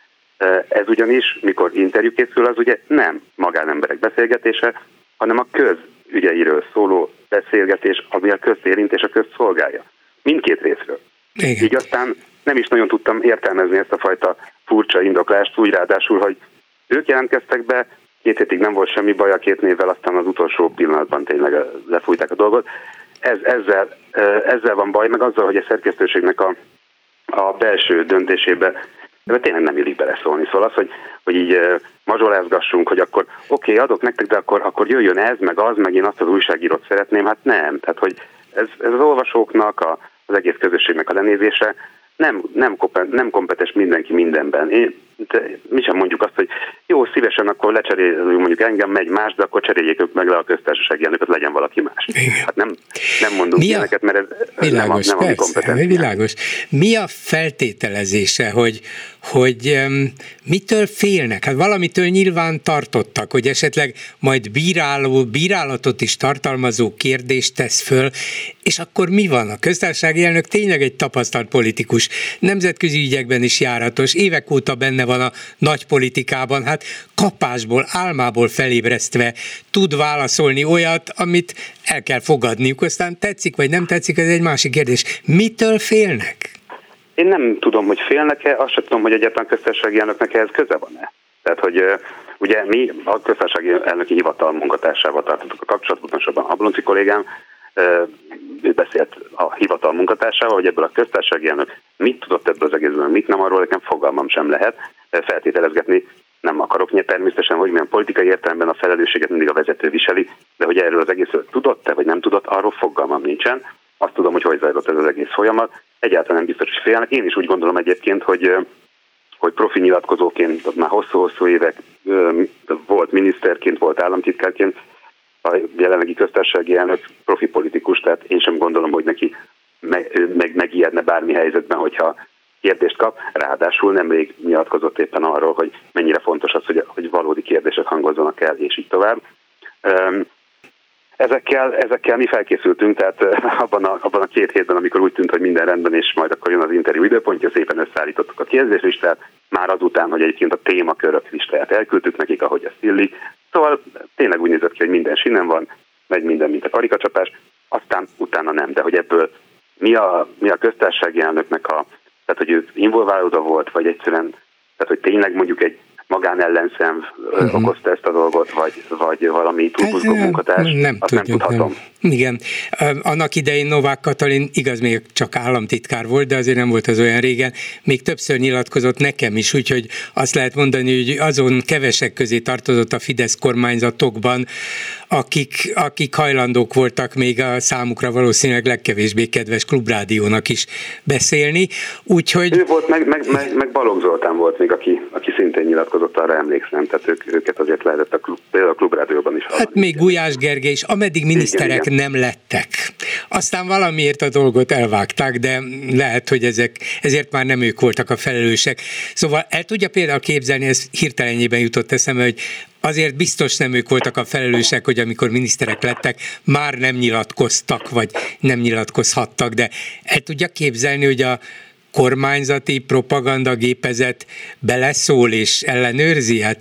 Ez ugyanis, mikor interjú készül, az ugye nem magánemberek beszélgetése, hanem a közügyeiről szóló beszélgetés, ami a közt érint és a közt szolgálja. Mindkét részről. Igen. Így aztán nem is nagyon tudtam értelmezni ezt a fajta furcsa indoklást, úgy ráadásul, hogy ők jelentkeztek be, két hétig nem volt semmi baj a két névvel, aztán az utolsó pillanatban tényleg lefújták a dolgot. Ez, ezzel, ezzel van baj, meg azzal, hogy a szerkesztőségnek a, a belső döntésébe de tényleg nem illik beleszólni. Szóval az, hogy, hogy így mazsolázgassunk, hogy akkor oké, okay, adok nektek, de akkor, akkor jöjjön ez, meg az, meg én azt az újságírót szeretném, hát nem. Tehát, hogy ez, ez az olvasóknak, a, az egész közösségnek a lenézése nem, nem, nem kompetens mindenki mindenben. Én, mi sem mondjuk azt, hogy jó, szívesen akkor lecserélünk mondjuk engem, megy más, de akkor cseréljék ők meg le a köztársasági elnököt, legyen valaki más. Igen. Hát nem, nem mondunk mi ilyeneket, mert ez, ez világos, nem, a, nem persze, a mi kompetenciánk. Világos. Mi a feltételezése, hogy, hogy um, mitől félnek? Hát valamitől nyilván tartottak, hogy esetleg majd bíráló, bírálatot is tartalmazó kérdést tesz föl, és akkor mi van? A köztársasági elnök tényleg egy tapasztalt politikus, nemzetközi ügyekben is járatos, évek óta benne van a nagy politikában, hát kapásból, álmából felébresztve tud válaszolni olyat, amit el kell fogadniuk, aztán tetszik vagy nem tetszik, ez egy másik kérdés. Mitől félnek? Én nem tudom, hogy félnek-e, azt sem tudom, hogy egyáltalán köztársasági elnöknek ehhez köze van-e. Tehát, hogy ugye mi a köztársasági elnöki hivatal munkatársával tartottuk a kapcsolatot, pontosabban Ablonci kollégám, ő beszélt a hivatal munkatársával, hogy ebből a köztársasági elnök mit tudott ebből az egészben, mit nem, arról nekem fogalmam sem lehet feltételezgetni. Nem akarok természetesen, hogy milyen politikai értelemben a felelősséget mindig a vezető viseli, de hogy erről az egészről tudott-e, vagy nem tudott, arról fogalmam nincsen. Azt tudom, hogy hogy zajlott ez az egész folyamat. Egyáltalán nem biztos, hogy félnek. Én is úgy gondolom egyébként, hogy, hogy profi nyilatkozóként már hosszú-hosszú évek volt miniszterként, volt államtitkárként, a jelenlegi köztársasági elnök profi politikus, tehát én sem gondolom, hogy neki meg, meg, megijedne bármi helyzetben, hogyha kérdést kap. Ráadásul nemrég nyilatkozott éppen arról, hogy mennyire fontos az, hogy, hogy valódi kérdések hangozzanak el, és így tovább. Ezekkel, ezekkel mi felkészültünk, tehát abban a, abban a két hétben, amikor úgy tűnt, hogy minden rendben, és majd akkor jön az interjú időpontja, szépen összeállítottuk a kérdéslistát, már azután, hogy egyébként a témakörök listáját elküldtük nekik, ahogy ezt illik. Szóval tényleg úgy nézett ki, hogy minden sinem van, megy minden, mint a karikacsapás, aztán utána nem. De hogy ebből mi a, mi a köztársasági elnöknek a, tehát hogy ő involválódva volt, vagy egyszerűen, tehát hogy tényleg mondjuk egy magánellenszem uh-huh. okozta ezt a dolgot, vagy, vagy valami túlbuzgó munkatárs, nem azt tudjuk, nem tudhatom. Nem. Igen. Annak idején Novák Katalin, igaz, még csak államtitkár volt, de azért nem volt az olyan régen, még többször nyilatkozott nekem is, úgyhogy azt lehet mondani, hogy azon kevesek közé tartozott a Fidesz kormányzatokban, akik, akik hajlandók voltak még a számukra valószínűleg legkevésbé kedves Klubrádiónak is beszélni, úgyhogy... Ő volt, meg, meg, meg, meg Balogh Zoltán volt még, aki, aki szintén nyilatkozott, arra emlékszem, tehát ők, őket azért lehetett a, klub, például a Klubrádióban is hallani. Hát még Gulyás Gergely is, ameddig miniszterek igen, igen. nem lettek. Aztán valamiért a dolgot elvágták, de lehet, hogy ezek, ezért már nem ők voltak a felelősek. Szóval el tudja például képzelni, ez hirtelenjében jutott eszembe, hogy azért biztos nem ők voltak a felelősek, hogy amikor miniszterek lettek, már nem nyilatkoztak, vagy nem nyilatkozhattak, de el tudja képzelni, hogy a kormányzati propagandagépezet beleszól és ellenőrzi, hát,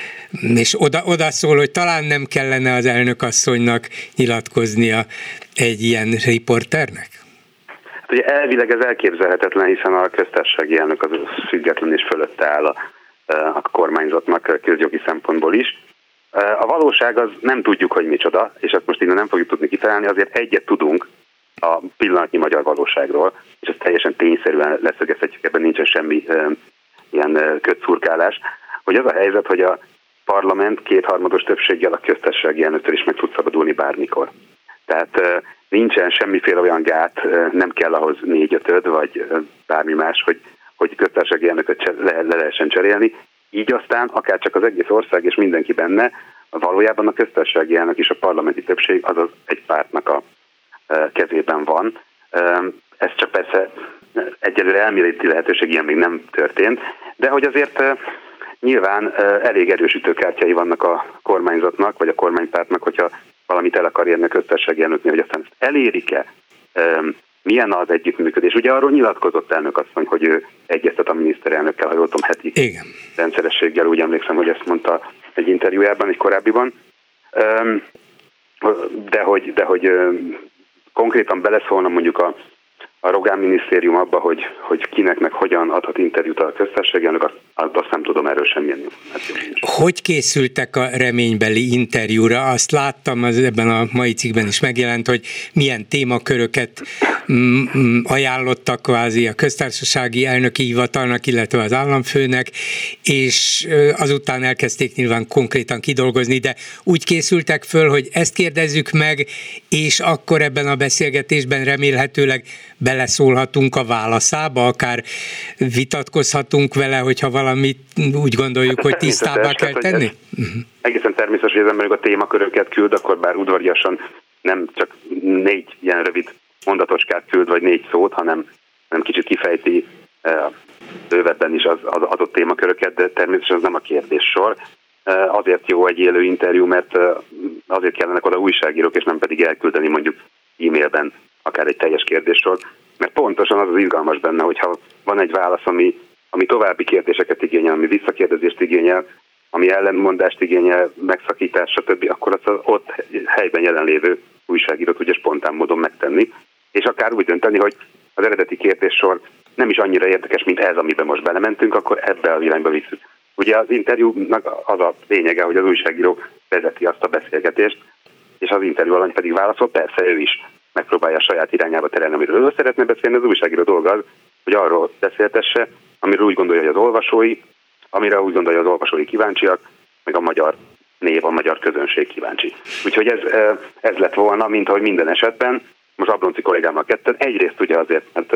és oda, oda szól, hogy talán nem kellene az elnökasszonynak nyilatkoznia egy ilyen riporternek? Hát ugye elvileg ez elképzelhetetlen, hiszen a köztársasági elnök az független és fölötte áll a, a kormányzatnak közjogi szempontból is. A valóság az nem tudjuk, hogy micsoda, és ezt most innen nem fogjuk tudni kitalálni, azért egyet tudunk a pillanatnyi magyar valóságról, és ezt teljesen tényszerűen leszögezhetjük, ebben nincsen semmi e, ilyen kötszurkálás, hogy az a helyzet, hogy a parlament kétharmados többséggel a köztársasági elnöktől is meg tud szabadulni bármikor. Tehát e, nincsen semmiféle olyan gát, e, nem kell ahhoz négy-ötöd, vagy e, bármi más, hogy, hogy köztársasági elnököt le, le lehessen cserélni. így aztán akár csak az egész ország és mindenki benne, valójában a köztársasági elnök és a parlamenti többség azaz egy pártnak a kezében van. Ez csak persze egyelőre elméleti lehetőség, ilyen még nem történt, de hogy azért nyilván elég erős ütőkártyái vannak a kormányzatnak, vagy a kormánypártnak, hogyha valamit el akar érni a köztársasági elnöknél, hogy aztán ezt elérik-e, milyen az együttműködés. Ugye arról nyilatkozott elnök asszony, hogy ő egyeztet a miniszterelnökkel, ha jól tudom, heti Igen. rendszerességgel, úgy emlékszem, hogy ezt mondta egy interjújában, egy korábbiban. De hogy, de hogy konkrétan beleszólna mondjuk a, a Rogán minisztérium abba, hogy, hogy kinek meg hogyan adhat interjút a köztársasági elnök, azt, azt nem tudom erről semmilyen információt. Hogy készültek a reménybeli interjúra? Azt láttam, az ebben a mai cikkben is megjelent, hogy milyen témaköröket mm, ajánlottak kvázi a köztársasági elnöki hivatalnak, illetve az államfőnek, és azután elkezdték nyilván konkrétan kidolgozni, de úgy készültek föl, hogy ezt kérdezzük meg, és akkor ebben a beszélgetésben remélhetőleg beleszólhatunk a válaszába, akár vitatkozhatunk vele, hogyha valamit úgy gondoljuk, hogy tisztábbá kell tenni? Egészen természetes, hogy az ember a témaköröket küld, akkor bár udvariasan nem csak négy ilyen rövid mondatocskát küld, vagy négy szót, hanem, hanem kicsit kifejti bővebben is az, az adott témaköröket, de természetesen az nem a kérdéssor. Azért jó egy élő interjú, mert azért kellenek oda újságírók, és nem pedig elküldeni mondjuk e-mailben akár egy teljes kérdéssor, mert pontosan az az izgalmas benne, hogyha van egy válasz, ami, ami további kérdéseket igényel, ami visszakérdezést igényel, ami ellenmondást igényel, megszakítás, stb., akkor azt az ott helyben jelenlévő újságíró tudja spontán módon megtenni, és akár úgy dönteni, hogy az eredeti kérdéssor nem is annyira érdekes, mint ez, amiben most belementünk, akkor ebbe a irányba visszük. Ugye az interjúnak az a lényege, hogy az újságíró vezeti azt a beszélgetést, és az interjú alany pedig válaszol, persze ő is megpróbálja a saját irányába terelni, amiről ő szeretne beszélni, az újságíró dolga az, hogy arról beszéltesse, amiről úgy gondolja, hogy az olvasói, amire úgy gondolja, hogy az olvasói kíváncsiak, meg a magyar név, a magyar közönség kíváncsi. Úgyhogy ez, ez lett volna, mint ahogy minden esetben, most Ablonczy kollégámmal ketten, egyrészt ugye azért, mert,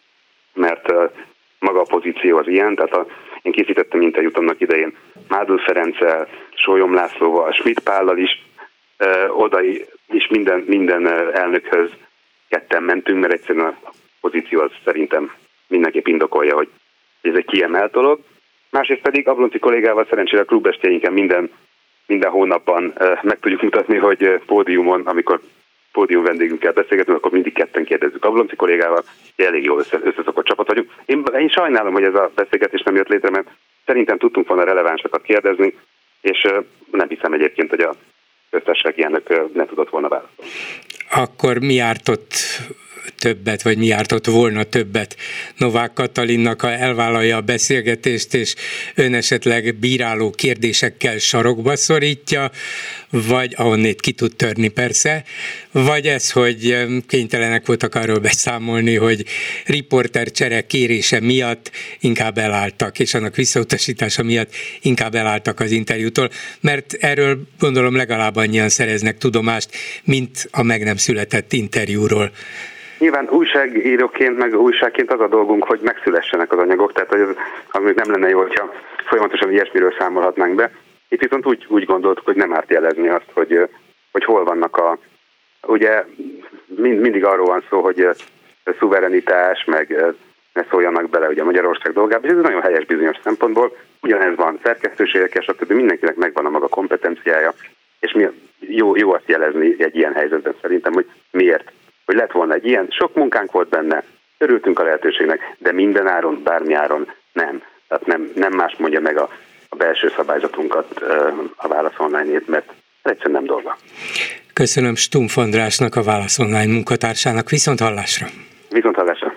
mert maga a pozíció az ilyen, tehát a, én készítettem interjút annak idején Mádl Ferenccel, Sólyom Lászlóval, Schmidt Pállal is, ö, oda is minden, minden elnökhöz ketten mentünk, mert egyszerűen a pozíció az szerintem mindenképp indokolja, hogy ez egy kiemelt dolog. Másrészt pedig Ablonczy kollégával szerencsére a klubestjeinken minden, minden hónapban ö, meg tudjuk mutatni, hogy pódiumon, amikor pódium vendégünkkel beszélgetünk, akkor mindig ketten kérdezzük Ablonczy kollégával, hogy elég jól össze, összeszokott csapat vagyunk. Én, én sajnálom, hogy ez a beszélgetés nem jött létre, mert szerintem tudtunk volna relevánsakat kérdezni, és uh, nem hiszem egyébként, hogy a köztársasági elnök uh, nem tudott volna válaszolni. Akkor mi ártott többet, vagy mi ártott volna többet Novák Katalinnak, ha elvállalja a beszélgetést, és ön esetleg bíráló kérdésekkel sarokba szorítja, vagy ahonnét ki tud törni persze, vagy ez, hogy kénytelenek voltak arról beszámolni, hogy riportercsere kérése miatt inkább elálltak, és annak visszautasítása miatt inkább elálltak az interjútól, mert erről gondolom legalább annyian szereznek tudomást, mint a meg nem született interjúról. Nyilván újságíróként, meg újságként az a dolgunk, hogy megszülessenek az anyagok, tehát hogy az, az még nem lenne jó, hogyha folyamatosan ilyesmiről számolhatnánk be. Itt viszont úgy, úgy gondoltuk, hogy nem árt jelezni azt, hogy, hogy hol vannak a... Ugye mind, mindig arról van szó, hogy szuverenitás, meg ne szóljanak bele ugye a Magyarország dolgába, és ez nagyon helyes bizonyos szempontból. Ugyanez van szerkesztőségek, stb. Mindenkinek megvan a maga kompetenciája, és mi, jó, jó azt jelezni egy ilyen helyzetben szerintem, hogy miért. Hogy lett volna egy ilyen, sok munkánk volt benne, örültünk a lehetőségnek, de minden áron, bármi áron nem. Tehát nem, nem más mondja meg a, a belső szabályzatunkat a Válasz Online-ét, mert egyszerűen nem dolga. Köszönöm Stumpf Andrásnak, a Válasz Online munkatársának. Viszont hallásra! Viszont hallásra!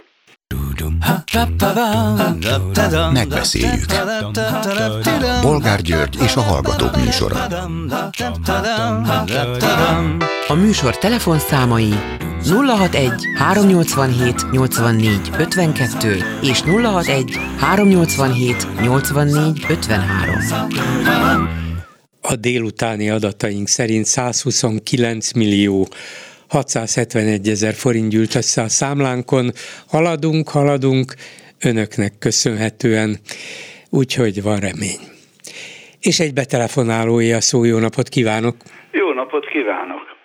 Megbeszéljük. Bolgár György és a Hallgatók műsora. A műsor telefonszámai nulla hatvanegy háromnyolcvanhét nyolcvannégy ötvenkettő és nulla hatvanegy háromnyolcvanhét nyolcvannégy ötvenhárom. A délutáni adataink szerint százhuszonkilenc millió hatszázhetvenegy ezer forint gyűlt össze a számlánkon. Haladunk, haladunk, önöknek köszönhetően, úgyhogy van remény. És egy betelefonálója szó, jó napot kívánok! Jó napot kívánok!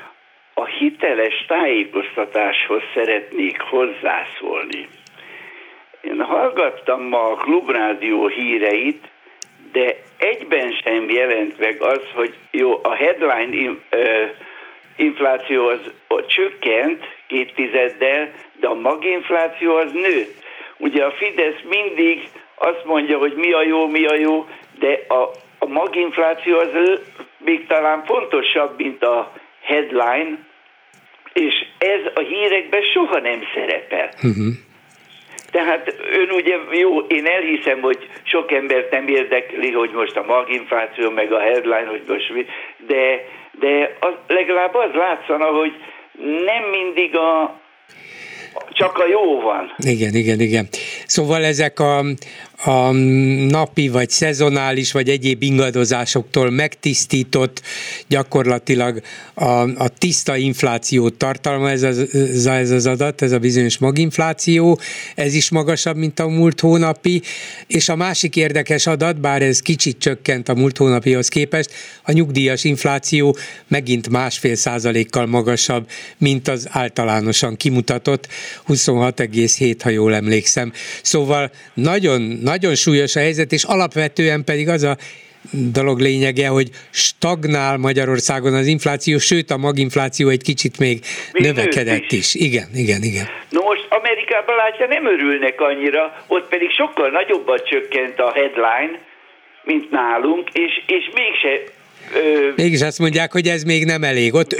A hiteles tájékoztatáshoz szeretnék hozzászólni. Én hallgattam ma a Klubrádió híreit, de egyben sem jelent meg az, hogy jó, a headline infláció az csökkent két tizeddel, de a maginfláció az nőtt. Ugye a Fidesz mindig azt mondja, hogy mi a jó, mi a jó, de a, a maginfláció az még talán fontosabb, mint a headline, és ez a hírekben soha nem szerepel. Uh-huh. Tehát ön ugye, jó, én elhiszem, hogy sok embert nem érdekli, hogy most a maginfláció, meg a headline, hogy most mi, de, de az, legalább az látszana, hogy nem mindig a csak a jó van. Igen, igen, igen. Szóval ezek a, a napi, vagy szezonális, vagy egyéb ingadozásoktól megtisztított, gyakorlatilag a, a tiszta inflációt tartalmaz ez, ez, ez az adat, ez a bizonyos maginfláció, ez is magasabb, mint a múlt hónapi, és a másik érdekes adat, bár ez kicsit csökkent a múlt hónapihoz képest, a nyugdíjas infláció megint másfél százalékkal magasabb, mint az általánosan kimutatott, huszonhat egész hét, ha jól emlékszem. Szóval nagyon, nagyon súlyos a helyzet, és alapvetően pedig az a dolog lényege, hogy stagnál Magyarországon az infláció, sőt a maginfláció egy kicsit még, még növekedett is. is. Igen, igen, igen. No most Amerikában látja, nem örülnek annyira, ott pedig sokkal nagyobbat csökkent a headline, mint nálunk, és, és mégse Ö, Mégis azt mondják, hogy ez még nem elég. Ott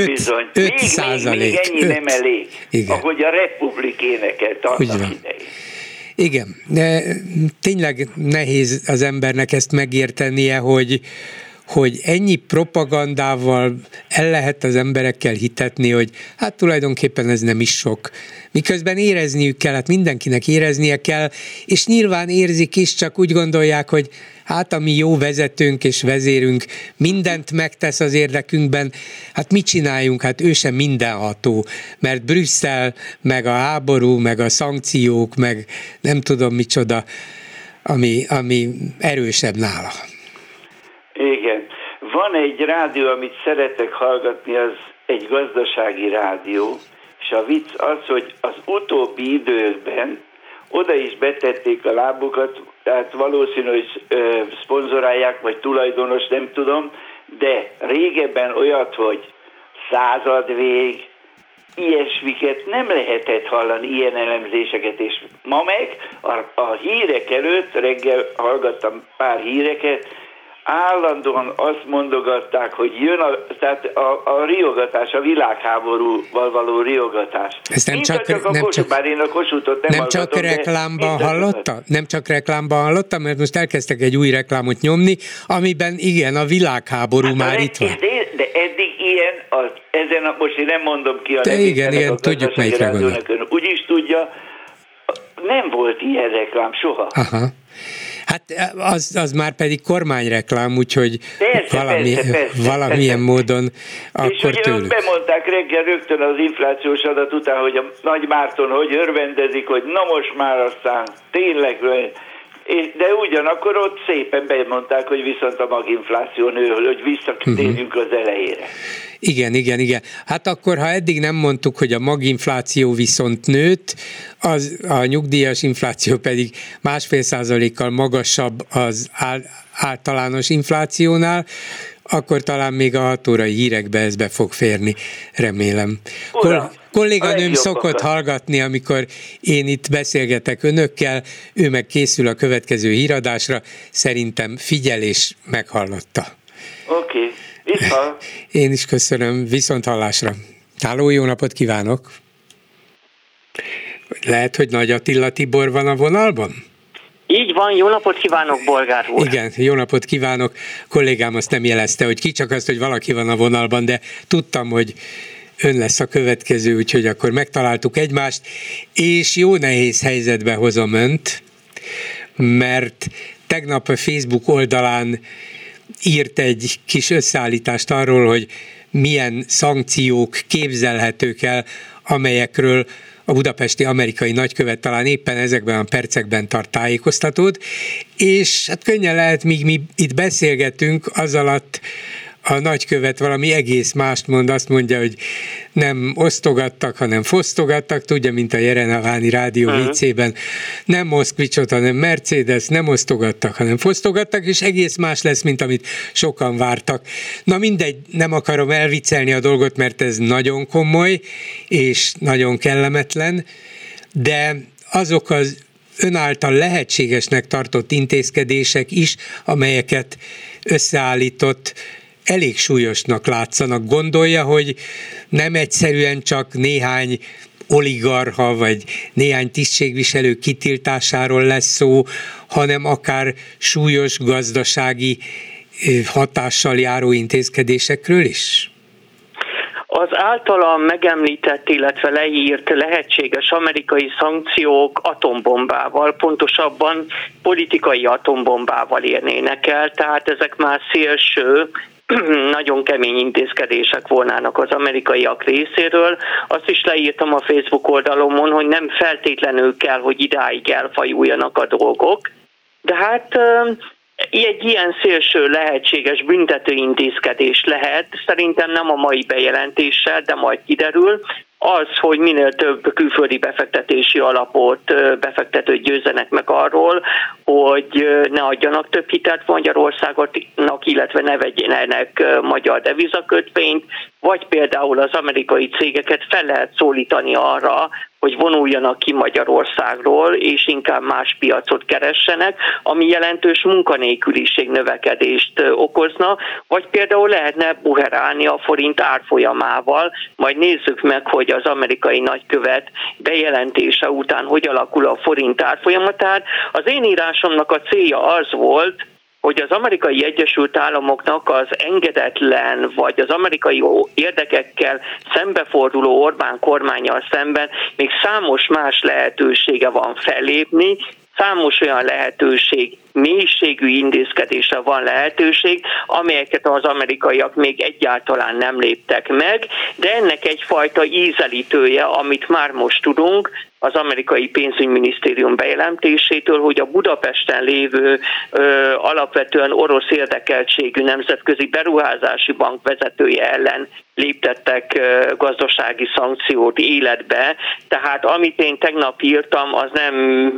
öt százalék. Még, még ennyi öt. Nem elég, igen. Ahogy a Republik énekelt annak idején. Igen, de tényleg nehéz az embernek ezt megértenie, hogy, hogy ennyi propagandával el lehet az emberekkel hitetni, hogy hát tulajdonképpen ez nem is sok. Miközben érezniük kell, hát mindenkinek éreznie kell, és nyilván érzik is, csak úgy gondolják, hogy hát a mi jó vezetőnk és vezérünk mindent megtesz az érdekünkben, hát mit csináljunk, hát ő sem mindenható, mert Brüsszel, meg a háború, meg a szankciók, meg nem tudom micsoda, ami, ami erősebb nála. Igen. Van egy rádió, amit szeretek hallgatni, az egy gazdasági rádió, és a vicc az, hogy az utóbbi időkben oda is betették a lábukat, tehát valószínű, hogy ö, szponzorálják, vagy tulajdonos, nem tudom, de régebben olyat, hogy századvég, ilyesmiket nem lehetett hallani, ilyen elemzéseket, és ma meg a, a hírek előtt, reggel hallgattam pár híreket, állandóan azt mondogatták, hogy jön a, tehát a, a riogatás, a világháborúval való riogatás. Ezt nem csak, csak a nem Kossuth, bár én a Kossuthot nem, nem csak reklámban hallotta? Nem csak reklámban hallottam, mert most elkezdtek egy új reklámot nyomni, amiben igen, a világháború hát már itt van. De, de eddig ilyen, az, ezen a, most én nem mondom ki a de igen, igen, tudjuk melyikre gondolok. Úgy is tudja, nem volt ilyen reklám soha. Aha. Hát az, az már pedig kormányreklám, úgyhogy persze, valami, persze, persze, valamilyen persze. módon akkor és ugye tőlük. Bemondták reggel rögtön az inflációs adat után, hogy a Nagy Márton hogy örvendezik, hogy na most már aztán tényleg, de ugyanakkor ott szépen bemondták, hogy viszont a maginfláció nő, hogy visszatérjünk uh-huh. az elejére. Igen, igen, igen. Hát akkor, ha eddig nem mondtuk, hogy a maginfláció viszont nőtt, az, a nyugdíjas infláció pedig másfél százalékkal magasabb az általános inflációnál, akkor talán még a hat órai hírekbe ez be fog férni, remélem. Uram, kolléganőm szokott hallgatni, amikor én itt beszélgetek önökkel, ő meg készül a következő híradásra, szerintem figyel és meghallotta. Oké. Okay. Viszont. Én is köszönöm, viszont hallásra. Háló, jó napot kívánok! Lehet, hogy Nagy Attila Tibor van a vonalban? Így van, jó napot kívánok, Bolgár úr! Igen, jó napot kívánok. Kollégám azt nem jelezte, hogy ki, csak azt, hogy valaki van a vonalban, de tudtam, hogy ön lesz a következő, úgyhogy akkor megtaláltuk egymást, és jó nehéz helyzetbe hozom önt, mert tegnap a Facebook oldalán írt egy kis összeállítást arról, hogy milyen szankciók képzelhetők el, amelyekről a budapesti amerikai nagykövet talán éppen ezekben a percekben tart tájékoztatót, és hát könnyen lehet, míg mi itt beszélgetünk, az alatt a nagykövet valami egész mást mond, azt mondja, hogy nem osztogattak, hanem fosztogattak, tudja, mint a Jerenaváni rádió uh-huh. viccében, nem Moszkvicsot, hanem Mercedes, nem osztogattak, hanem fosztogattak, és egész más lesz, mint amit sokan vártak. Na mindegy, nem akarom elviccelni a dolgot, mert ez nagyon komoly, és nagyon kellemetlen, de azok az ön által lehetségesnek tartott intézkedések is, amelyeket összeállított, elég súlyosnak látszanak. Gondolja, hogy nem egyszerűen csak néhány oligarcha vagy néhány tisztségviselő kitiltásáról lesz szó, hanem akár súlyos gazdasági hatással járó intézkedésekről is? Az általam megemlített, illetve leírt lehetséges amerikai szankciók atombombával, pontosabban politikai atombombával érnének el, tehát ezek már szélső, nagyon kemény intézkedések volnának az amerikaiak részéről. Azt is leírtam a Facebook oldalomon, hogy nem feltétlenül kell, hogy idáig elfajuljanak a dolgok, de hát egy ilyen szélső lehetséges büntető intézkedés lehet, szerintem nem a mai bejelentéssel, de majd kiderül, az, hogy minél több külföldi befektetési alapot befektetőt győzzenek meg arról, hogy ne adjanak több hitelt Magyarországnak, illetve ne vegyenek magyar devizakötvényt, vagy például az amerikai cégeket fel lehet szólítani arra, hogy vonuljanak ki Magyarországról, és inkább más piacot keressenek, ami jelentős munkanélküliség növekedést okozna, vagy például lehetne buherálni a forint árfolyamával, majd nézzük meg, hogy az amerikai nagykövet bejelentése után hogy alakul a forint árfolyama. Tehát az én írásomnak a célja az volt, hogy az Amerikai Egyesült Államoknak az engedetlen, vagy az amerikai érdekekkel szembeforduló Orbán kormánnyal szemben még számos más lehetősége van fellépni, számos olyan lehetőség, mélységű intézkedésre van lehetőség, amelyeket az amerikaiak még egyáltalán nem léptek meg, de ennek egyfajta ízelítője, amit már most tudunk, az amerikai pénzügyminisztérium bejelentésétől, hogy a Budapesten lévő ö, alapvetően orosz érdekeltségű Nemzetközi Beruházási Bank vezetője ellen léptettek ö, gazdasági szankciót életbe. Tehát amit én tegnap írtam, az nem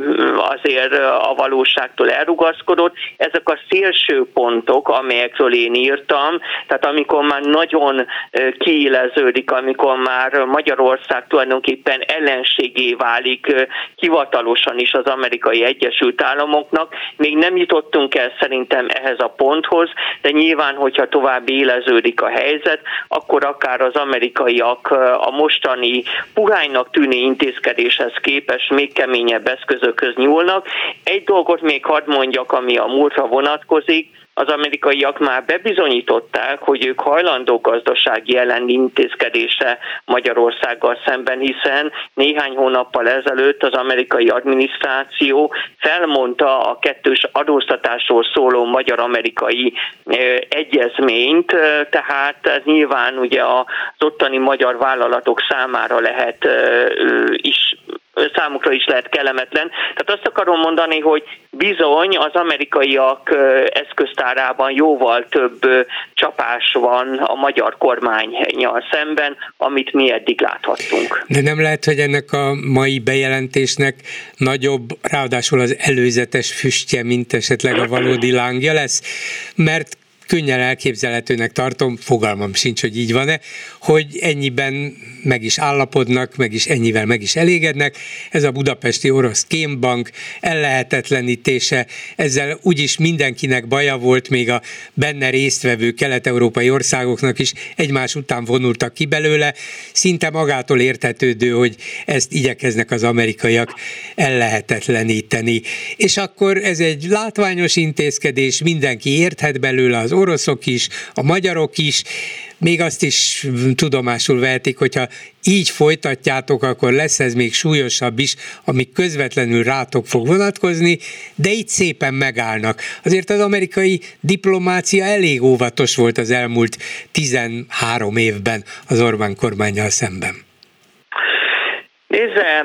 azért a valóságtól elrugaszkodott. Ezek a szélső pontok, amelyekről én írtam, tehát amikor már nagyon kiéleződik, amikor már Magyarország tulajdonképpen ellenségé válik hivatalosan is az Amerikai Egyesült Államoknak. Még nem jutottunk el szerintem ehhez a ponthoz, de nyilván, hogyha tovább éleződik a helyzet, akkor akár az amerikaiak a mostani puhánynak tűnő intézkedéshez képest még keményebb eszközökhöz nyúlnak. Egy dolgot még hadd mondjak, ami a múltra vonatkozik. Az amerikaiak már bebizonyították, hogy ők hajlandók gazdasági elleni intézkedésre Magyarországgal szemben, hiszen néhány hónappal ezelőtt az amerikai adminisztráció felmondta a kettős adóztatásról szóló magyar-amerikai egyezményt, tehát ez nyilván ugye az ottani magyar vállalatok számára lehet is számukra is lehet kellemetlen. Tehát azt akarom mondani, hogy bizony az amerikaiak eszköztárában jóval több csapás van a magyar kormánnyal szemben, amit mi eddig láthattunk. De nem lehet, hogy ennek a mai bejelentésnek nagyobb, ráadásul az előzetes füstje, mint esetleg a valódi lángja lesz? Mert könnyen elképzelhetőnek tartom, fogalmam sincs, hogy így van-e, hogy ennyiben meg is állapodnak, meg is ennyivel meg is elégednek. Ez a budapesti orosz kémbank ellehetetlenítése, ezzel úgyis mindenkinek baja volt, még a benne résztvevő kelet-európai országoknak is egymás után vonultak ki belőle. Szinte magától értetődő, hogy ezt igyekeznek az amerikaiak ellehetetleníteni. És akkor ez egy látványos intézkedés, mindenki érthet belőle, az oroszok is, a magyarok is, még azt is tudomásul vehetik, hogyha így folytatjátok, akkor lesz ez még súlyosabb is, ami közvetlenül rátok fog vonatkozni, de itt szépen megállnak. Azért az amerikai diplomácia elég óvatos volt az elmúlt tizenhárom évben az Orbán kormánnyal szemben. Nézze,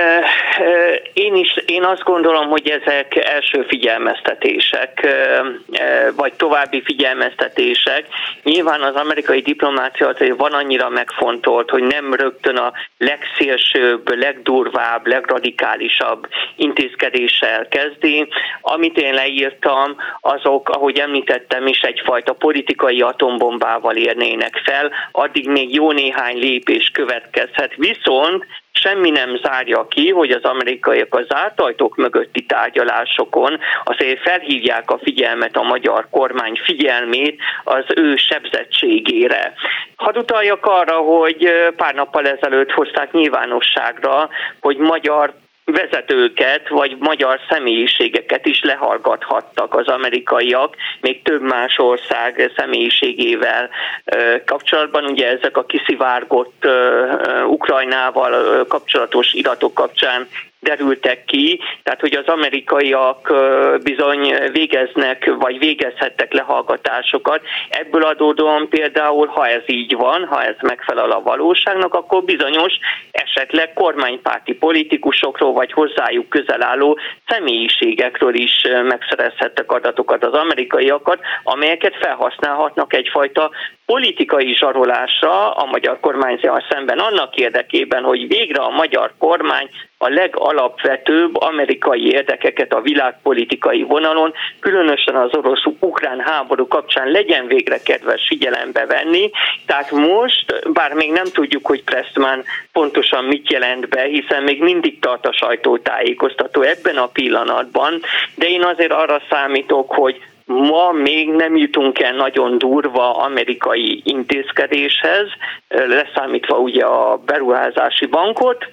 én is én azt gondolom, hogy ezek első figyelmeztetések, vagy további figyelmeztetések. Nyilván az amerikai diplomácia azért van annyira megfontolt, hogy nem rögtön a legszélsőbb, legdurvább, legradikálisabb intézkedéssel kezdi. Amit én leírtam, azok, ahogy említettem is, egyfajta politikai atombombával érnének fel, addig még jó néhány lépés következhet. Viszont semmi nem zárja ki, hogy az amerikaiak az zárt ajtók mögötti tárgyalásokon azért felhívják a figyelmet, a magyar kormány figyelmét az ő sebzettségére. Hadd utaljak arra, hogy pár nappal ezelőtt hozták nyilvánosságra, hogy magyar vezetőket vagy magyar személyiségeket is lehallgathattak az amerikaiak, még több más ország személyiségével kapcsolatban. Ugye ezek a kiszivárgott Ukrajnával kapcsolatos iratok kapcsán derültek ki, tehát hogy az amerikaiak bizony végeznek, vagy végezhettek lehallgatásokat. Ebből adódóan például, ha ez így van, ha ez megfelel a valóságnak, akkor bizonyos esetleg kormánypárti politikusokról, vagy hozzájuk közel álló személyiségekről is megszerezhettek adatokat az amerikaiakat, amelyeket felhasználhatnak egyfajta politikai zsarolásra a magyar kormányzattal szemben, annak érdekében, hogy végre a magyar kormány a legalapvetőbb amerikai érdekeket a világpolitikai vonalon, különösen az orosz-ukrán háború kapcsán legyen végre kedves figyelembe venni. Tehát most, bár még nem tudjuk, hogy Pressman pontosan mit jelent be, hiszen még mindig tart a sajtótájékoztató ebben a pillanatban, de én azért arra számítok, hogy ma még nem jutunk el nagyon durva amerikai intézkedéshez, leszámítva ugye a beruházási bankot,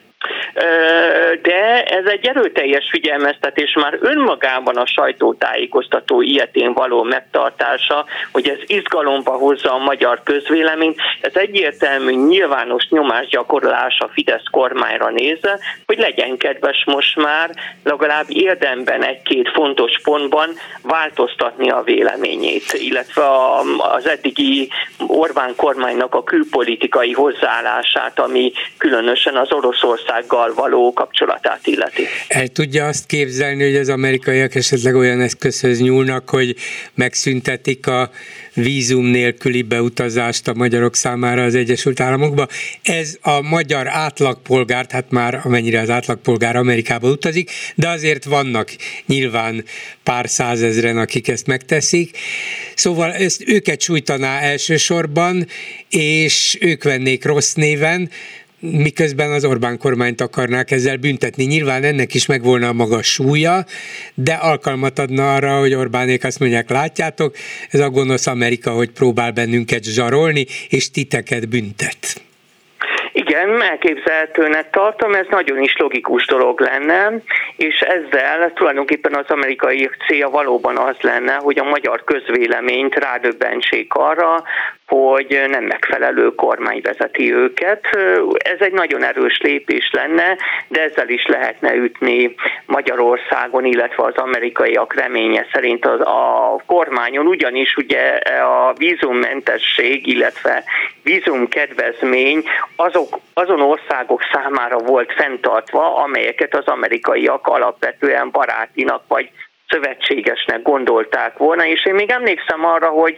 de ez egy erőteljes figyelmeztetés már önmagában a sajtótájékoztató ilyetén való megtartása, hogy ez izgalomba hozza a magyar közvéleményt. Ez egyértelmű nyilvános nyomásgyakorlás a Fidesz kormányra nézve, hogy legyen kedves most már legalább érdemben egy-két fontos pontban változtatni a véleményét, illetve az eddigi Orbán kormánynak a külpolitikai hozzáállását, ami különösen az Oroszország való kapcsolatát illeti. El tudja azt képzelni, hogy az amerikaiak esetleg olyan eszközhöz nyúlnak, hogy megszüntetik a vízum nélküli beutazást a magyarok számára az Egyesült Államokba? Ez a magyar átlagpolgár, hát már amennyire az átlagpolgár Amerikába utazik, de azért vannak nyilván pár százezren, akik ezt megteszik. Szóval ezt őket sújtaná elsősorban, és ők vennék rossz néven, miközben az Orbán kormányt akarnák ezzel büntetni. Nyilván ennek is megvolna a maga súlya, de alkalmat adna arra, hogy Orbánék azt mondják, látjátok, ez a gonosz Amerika, hogy próbál bennünket zsarolni, és titeket büntet. Igen, elképzelhetőnek tartom, ez nagyon is logikus dolog lenne, és ezzel tulajdonképpen az amerikai célja valóban az lenne, hogy a magyar közvéleményt rádöbbentsék arra, hogy nem megfelelő kormány vezeti őket. Ez egy nagyon erős lépés lenne, de ezzel is lehetne ütni Magyarországon, illetve az amerikaiak reménye szerint az a kormányon, ugyanis ugye a vízummentesség, illetve vízumkedvezmény azok, azon országok számára volt fenntartva, amelyeket az amerikaiak alapvetően barátinak vagy szövetségesnek gondolták volna, és én még emlékszem arra, hogy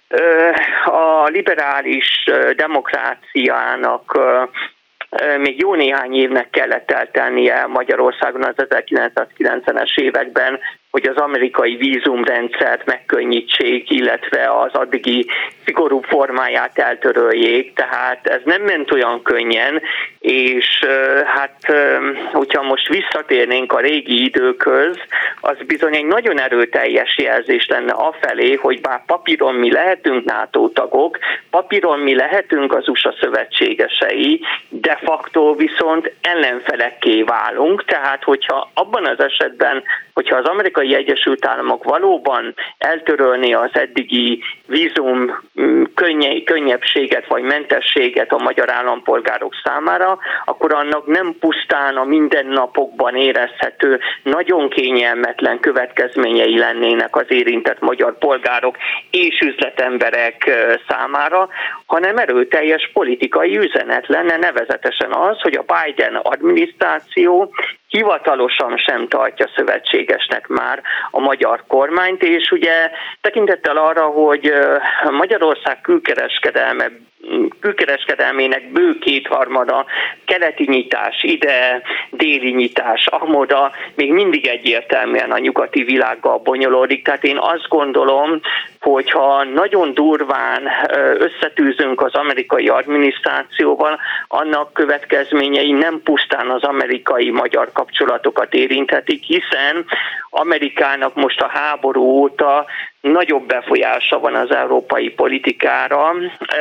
a liberális demokráciának még jó néhány évnek kellett eltelnie Magyarországon az ezerkilencszázkilencvenes években, hogy az amerikai vízumrendszert megkönnyítsék, illetve az addigi szigorú formáját eltöröljék, tehát ez nem ment olyan könnyen, és hát hogyha most visszatérnénk a régi időkhöz, az bizony egy nagyon erőteljes jelzés lenne afelé, hogy bár papíron mi lehetünk NATO tagok, papíron mi lehetünk az u es á szövetségesei, de facto viszont ellenfelekké válunk, tehát hogyha abban az esetben hogyha az Amerikai Egyesült Államok valóban eltörölné az eddigi vízum könnye, könnyebbséget vagy mentességet a magyar állampolgárok számára, akkor annak nem pusztán a mindennapokban érezhető, nagyon kényelmetlen következményei lennének az érintett magyar polgárok és üzletemberek számára, hanem erőteljes politikai üzenet lenne, nevezetesen az, hogy a Biden adminisztráció hivatalosan sem tartja szövetségesnek már a magyar kormányt, és ugye tekintettel arra, hogy Magyarország külkereskedelme külkereskedelmének bő kétharmada, keleti nyitás ide, déli nyitás amoda, még mindig egyértelműen a nyugati világgal bonyolódik. Tehát én azt gondolom, hogyha nagyon durván összetűzünk az amerikai adminisztrációval, annak következményei nem pusztán az amerikai-magyar kapcsolatokat érinthetik, hiszen Amerikának most a háború óta nagyobb befolyása van az európai politikára,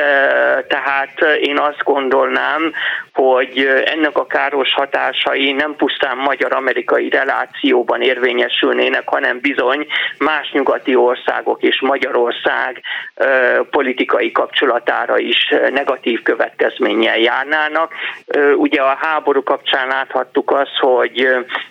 tehát én azt gondolnám, hogy ennek a káros hatásai nem pusztán magyar-amerikai relációban érvényesülnének, hanem bizony más nyugati országok és Magyarország politikai kapcsolatára is negatív következménnyel járnának. Ugye a háború kapcsán láthattuk azt, hogy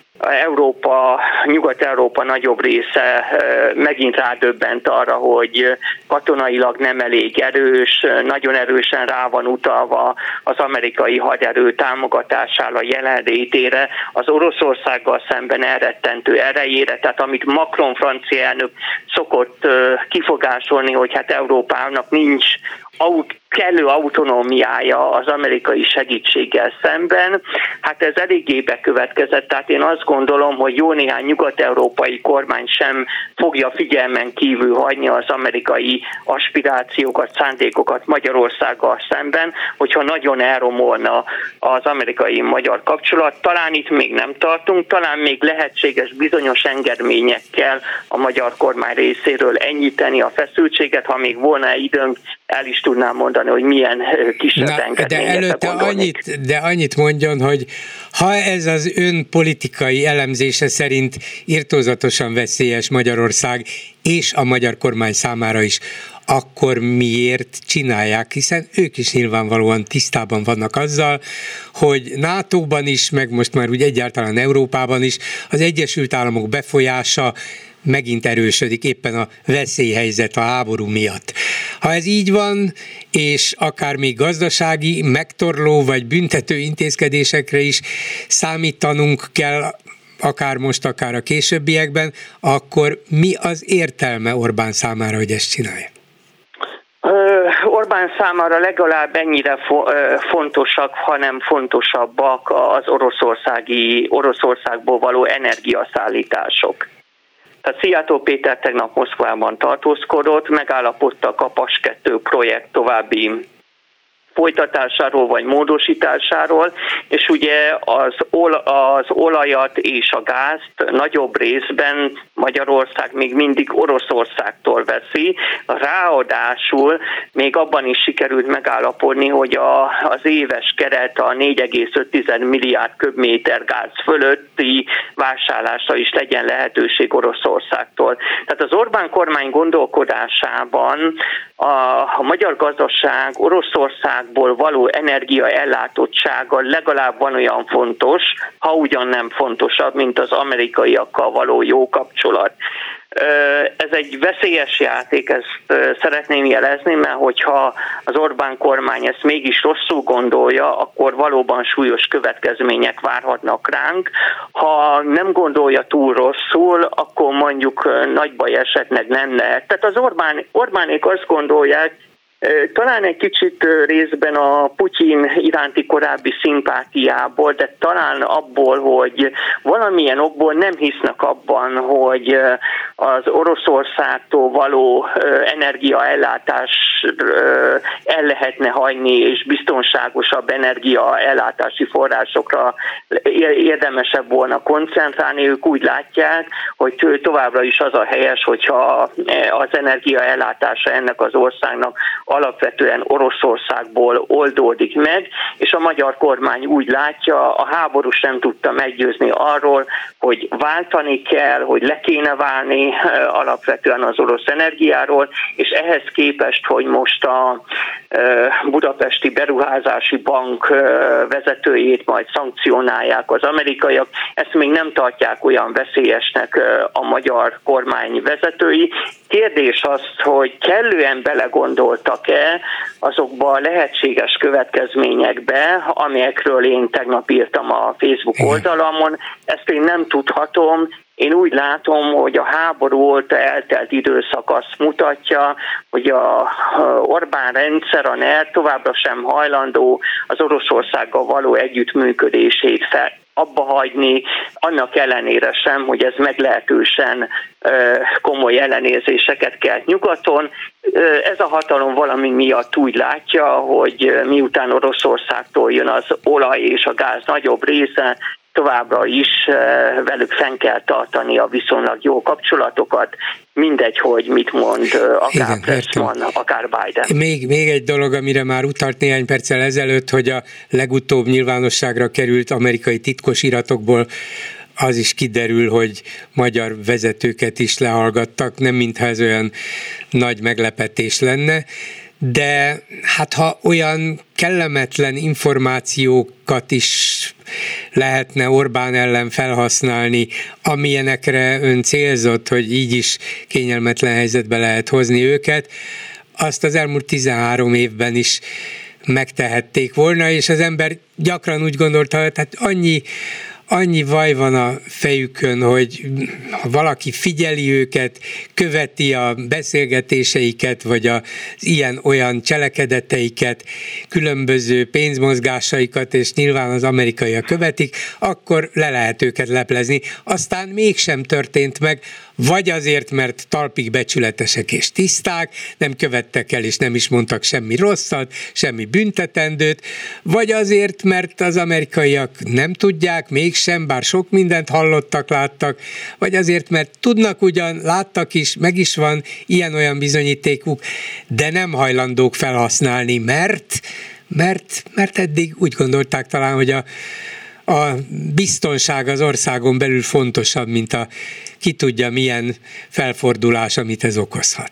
Európa, Nyugat-Európa nagyobb része megint rádöbbent arra, hogy katonailag nem elég erős, nagyon erősen rá van utalva az amerikai haderő támogatására, jelenlétére, az Oroszországgal szemben elrettentő erejére, tehát amit Macron francia elnök szokott kifogásolni, hogy hát Európának nincs aut- kellő autonómiája az amerikai segítséggel szemben, hát ez eléggé bekövetkezett, tehát én azt gondolom, hogy jó néhány nyugat-európai kormány sem fogja figyelmen kívül hagyni az amerikai aspirációkat, szándékokat Magyarországgal szemben, hogyha nagyon elromolna az amerikai-magyar kapcsolat. Talán itt még nem tartunk, talán még lehetséges bizonyos engedményekkel a magyar kormány részéről enyhíteni a feszültséget, ha még volna időnk, el is tudnám mondani, hogy milyen kisebb engedményekre de előtte gondolnék. annyit, de annyit mondjon, hogy ha ez az ön politikai elemzése szerint irtózatosan veszélyes Magyarország és a magyar kormány számára is, akkor miért csinálják, hiszen ők is nyilvánvalóan tisztában vannak azzal, hogy nátóban is, meg most már úgy egyáltalán Európában is az Egyesült Államok befolyása megint erősödik éppen a veszélyhelyzet, a háború miatt. Ha ez így van, és akár még gazdasági, megtorló vagy büntető intézkedésekre is számítanunk kell, akár most, akár a későbbiekben, akkor mi az értelme Orbán számára, hogy ezt csinálja? Orbán számára legalább ennyire fontosak, hanem fontosabbak az oroszországi, Oroszországból való energiaszállítások. Tehát Szijjártó Péter tegnap Moszkvában tartózkodott, megállapodtak a Paks kettő projekt további folytatásáról vagy módosításáról, és ugye az, ol- az olajat és a gázt nagyobb részben Magyarország még mindig Oroszországtól veszi, ráadásul még abban is sikerült megállapodni, hogy a, az éves keret a négy egész öt milliárd köbméter gáz fölötti vásárlásra is legyen lehetőség Oroszországtól. Tehát az Orbán kormány gondolkodásában a, a magyar gazdaság Oroszországból való energiaellátottsága legalább van olyan fontos, ha ugyan nem fontosabb, mint az amerikaiakkal való jó kapcsolat. Ez egy veszélyes játék, ezt szeretném jelezni, mert hogyha az Orbán kormány ezt mégis rosszul gondolja, akkor valóban súlyos következmények várhatnak ránk. Ha nem gondolja túl rosszul, akkor mondjuk nagy baj esetleg nem lehet. Tehát az Orbán, Orbánék azt gondolják, talán egy kicsit részben a Putyin iránti korábbi szimpátiából, de talán abból, hogy valamilyen okból nem hisznek abban, hogy az Oroszországtól való energiaellátás el lehetne hagyni, és biztonságosabb energiaellátási forrásokra érdemesebb volna koncentrálni. Ők úgy látják, hogy továbbra is az a helyes, hogyha az energiaellátása ennek az országnak alapvetően Oroszországból oldódik meg, és a magyar kormány úgy látja, a háború sem tudta meggyőzni arról, hogy váltani kell, hogy le kéne válni alapvetően az orosz energiáról, és ehhez képest, hogy most a Budapesti Beruházási Bank vezetőjét majd szankcionálják az amerikaiak, ezt még nem tartják olyan veszélyesnek a magyar kormány vezetői. Kérdés az, hogy kellően belegondoltak-e azokba a lehetséges következményekbe, amelyekről én tegnap írtam a Facebook oldalamon. Ezt én nem tudhatom. Én úgy látom, hogy a háború óta eltelt időszak azt mutatja, hogy a Orbán rendszer, a NER továbbra sem hajlandó az Oroszországgal való együttműködését fel, abba hagyni, annak ellenére sem, hogy ez meglehetősen komoly ellenérzéseket kelt nyugaton. Ez a hatalom valami miatt úgy látja, hogy miután Oroszországtól jön az olaj és a gáz nagyobb része, továbbra is velük fenn kell tartani a viszonylag jó kapcsolatokat, mindegy, hogy mit mond akár Pressman, akár Biden. Még, még egy dolog, amire már utalt néhány perccel ezelőtt, hogy a legutóbb nyilvánosságra került amerikai titkos iratokból az is kiderül, hogy magyar vezetőket is lehallgattak, nem mintha ez olyan nagy meglepetés lenne, de hát ha olyan kellemetlen információkat is lehetne Orbán ellen felhasználni, amilyenekre ön célzott, hogy így is kényelmetlen helyzetbe lehet hozni őket, azt az elmúlt tizenhárom évben is megtehették volna, és az ember gyakran úgy gondolta, hogy hát annyi Annyi vaj van a fejükön, hogy ha valaki figyeli őket, követi a beszélgetéseiket, vagy az ilyen-olyan cselekedeteiket, különböző pénzmozgásaikat, és nyilván az amerikaiak követik, akkor le lehet őket leplezni. Aztán mégsem történt meg, vagy azért, mert talpig becsületesek és tiszták, nem követtek el és nem is mondtak semmi rosszat, semmi büntetendőt, vagy azért, mert az amerikaiak nem tudják mégsem, bár sok mindent hallottak, láttak, vagy azért, mert tudnak ugyan, láttak is, meg is van ilyen-olyan bizonyítékuk, de nem hajlandók felhasználni, mert, mert, mert eddig úgy gondolták talán, hogy a a biztonság az országon belül fontosabb, mint a ki tudja milyen felfordulás, amit ez okozhat.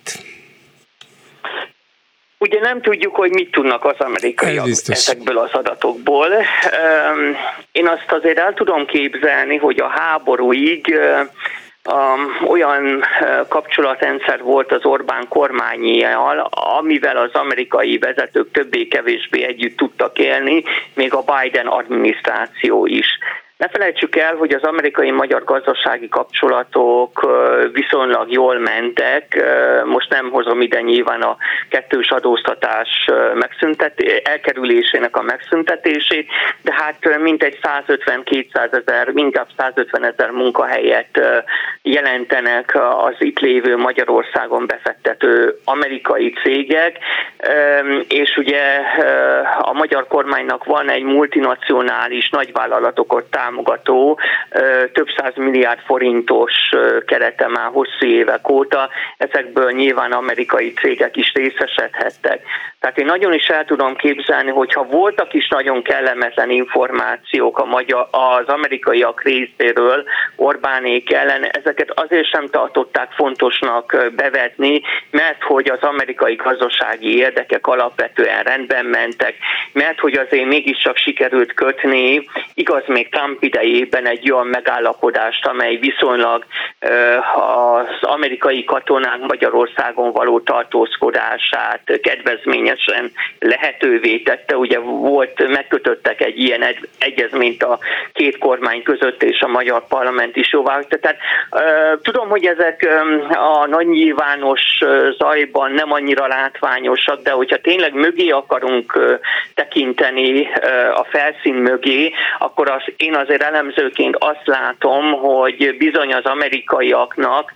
Ugye nem tudjuk, hogy mit tudnak az amerikaiak ezekből az adatokból. Én azt azért el tudom képzelni, hogy a háborúig Um, olyan uh, kapcsolatrendszer volt az Orbán kormányjal, amivel az amerikai vezetők többé-kevésbé együtt tudtak élni, még a Biden adminisztráció is. Ne felejtsük el, hogy az amerikai-magyar gazdasági kapcsolatok viszonylag jól mentek. Most nem hozom ide nyilván a kettős adóztatás megszüntet- elkerülésének a megszüntetését, de hát mintegy százötven-kétszázezer, inkább százötvenezer munkahelyet jelentenek az itt lévő Magyarországon befektető amerikai cégek, és ugye a magyar kormánynak van egy multinacionális nagyvállalatokat támogató több száz milliárd forintos kerete már hosszú évek óta, ezekből nyilván amerikai cégek is részesedhettek. Tehát én nagyon is el tudom képzelni, hogyha voltak is nagyon kellemetlen információk a magyar, az amerikaiak részéről Orbánék ellen, ezeket azért sem tartották fontosnak bevetni, mert hogy az amerikai gazdasági érdekek alapvetően rendben mentek, mert hogy azért mégiscsak sikerült kötni, igaz még Trump idejében egy olyan megállapodást, amely viszonylag az amerikai katonák Magyarországon való tartózkodását kedvezményesen lehetővé tette. Ugye volt, megkötöttek egy ilyen egy, egyezményt a két kormány között, és a magyar parlament is jóváhagyta. Tehát tudom, hogy ezek a nagy nyilvános zajban nem annyira látványosak, de hogyha tényleg mögé akarunk tekinteni a felszín mögé, akkor az, én az azért elemzőként azt látom, hogy bizony az amerikaiaknak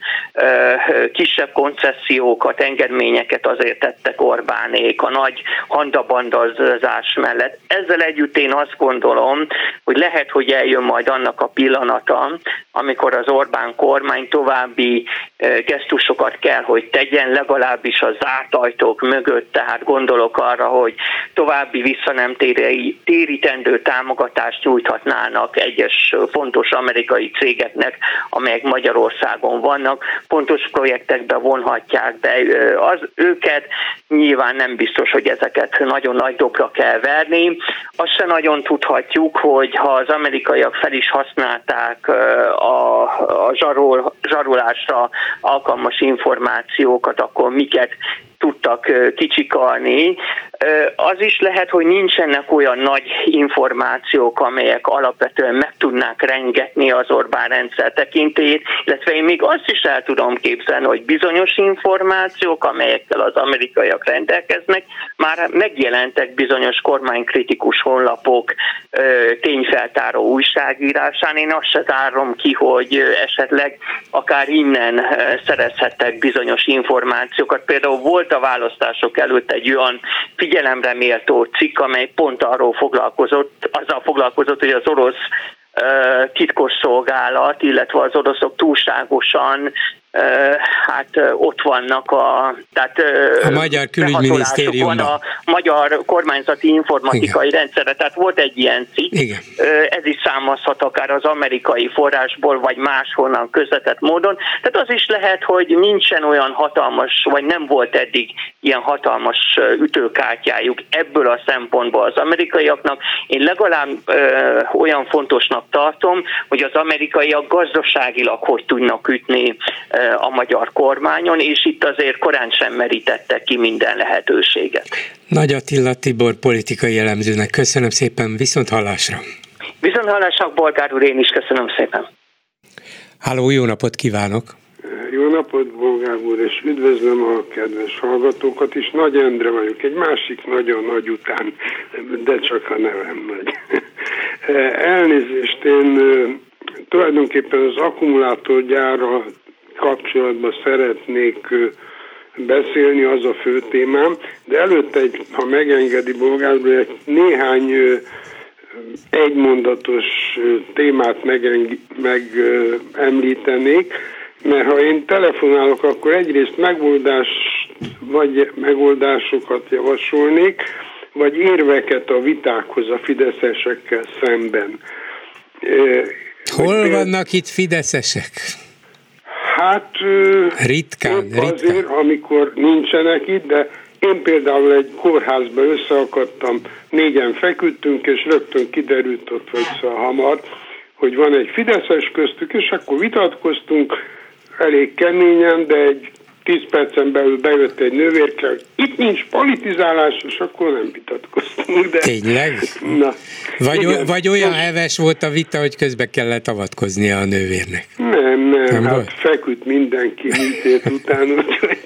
kisebb koncesziókat, engedményeket azért tettek Orbánék a nagy handabandazás mellett. Ezzel együtt én azt gondolom, hogy lehet, hogy eljön majd annak a pillanata, amikor az Orbán kormány további gesztusokat kell, hogy tegyen, legalábbis a zárt ajtók mögött, tehát gondolok arra, hogy további vissza nem térítendő támogatást nyújthatnának egyes fontos amerikai cégeknek, amelyek Magyarországon vannak, fontos projektekbe vonhatják be az őket, nyilván nem biztos, hogy ezeket nagyon nagy dobra kell verni. Azt se nagyon tudhatjuk, hogy ha az amerikaiak fel is használták a, a zsarol, zsarolásra alkalmas információkat, akkor miket tudtak kicsikarni. Az is lehet, hogy nincsenek olyan nagy információk, amelyek alapvetően meg tudnák rengetni az Orbán rendszer tekintélyét, illetve én még azt is el tudom képzelni, hogy bizonyos információk, amelyekkel az amerikaiak rendelkeznek, már megjelentek bizonyos kormánykritikus honlapok tényfeltáró újságírásán. Én azt se zárom ki, hogy esetleg akár innen szerezhettek bizonyos információkat. Például volt a választások előtt egy olyan figyelemre méltó cikk, amely pont arról foglalkozott, azzal foglalkozott, hogy az orosz uh, titkosszolgálat, illetve az oroszok túlságosan uh, hát uh, ott vannak a, tehát, uh, a Magyar Külügyminisztériumban. Van a magyar kormányzati informatikai Igen. rendszerre, tehát volt egy ilyen cikk. Igen. Uh, ez is származhat akár az amerikai forrásból, vagy máshonnan közvetett módon. Tehát az is lehet, hogy nincsen olyan hatalmas, vagy nem volt eddig ilyen hatalmas ütőkártyájuk ebből a szempontból az amerikaiaknak. Én legalább ö, olyan fontosnak tartom, hogy az amerikaiak gazdaságilag hogy tudnak ütni ö, a magyar kormányon, és itt azért korán sem merítettek ki minden lehetőséget. Nagy Attila Tibor politikai elemzőnek köszönöm szépen, viszont hallásra. Viszont hallásra, Bolgár úr, én is köszönöm szépen. Háló, jó napot kívánok! Jó napot, Bolgár úr, és üdvözlöm a kedves hallgatókat is. Nagy Endre vagyok, egy másik nagyon nagy után, de csak a nevem nagy. Elnézést, én tulajdonképpen az akkumulátorgyárral kapcsolatban szeretnék beszélni, az a fő témám, de előtte, egy, ha megengedi Bolgár úr, egy néhány egymondatos témát megemlítenék, mert ha én telefonálok, akkor egyrészt megoldás, vagy megoldásokat javasolnék, vagy érveket a vitákhoz a fideszesekkel szemben. Hol Hogy vannak itt fideszesek? Hát ritkán, ritkán. Azért, amikor nincsenek itt, de én például egy kórházba összeakadtam, négyen feküdtünk, és rögtön kiderült ott vagy hamar, hogy van egy fideszes köztük, és akkor vitatkoztunk elég keményen, de egy tíz percen belül bejött egy nővérke, hogy itt nincs politizálás, és akkor nem vitatkoztunk. De... Tényleg? Na, vagy, o, vagy olyan most... heves volt a vita, hogy közbe kellett avatkoznia a nővérnek? Nem, nem, nem hát volt? Feküdt mindenki műtét után, úgyhogy...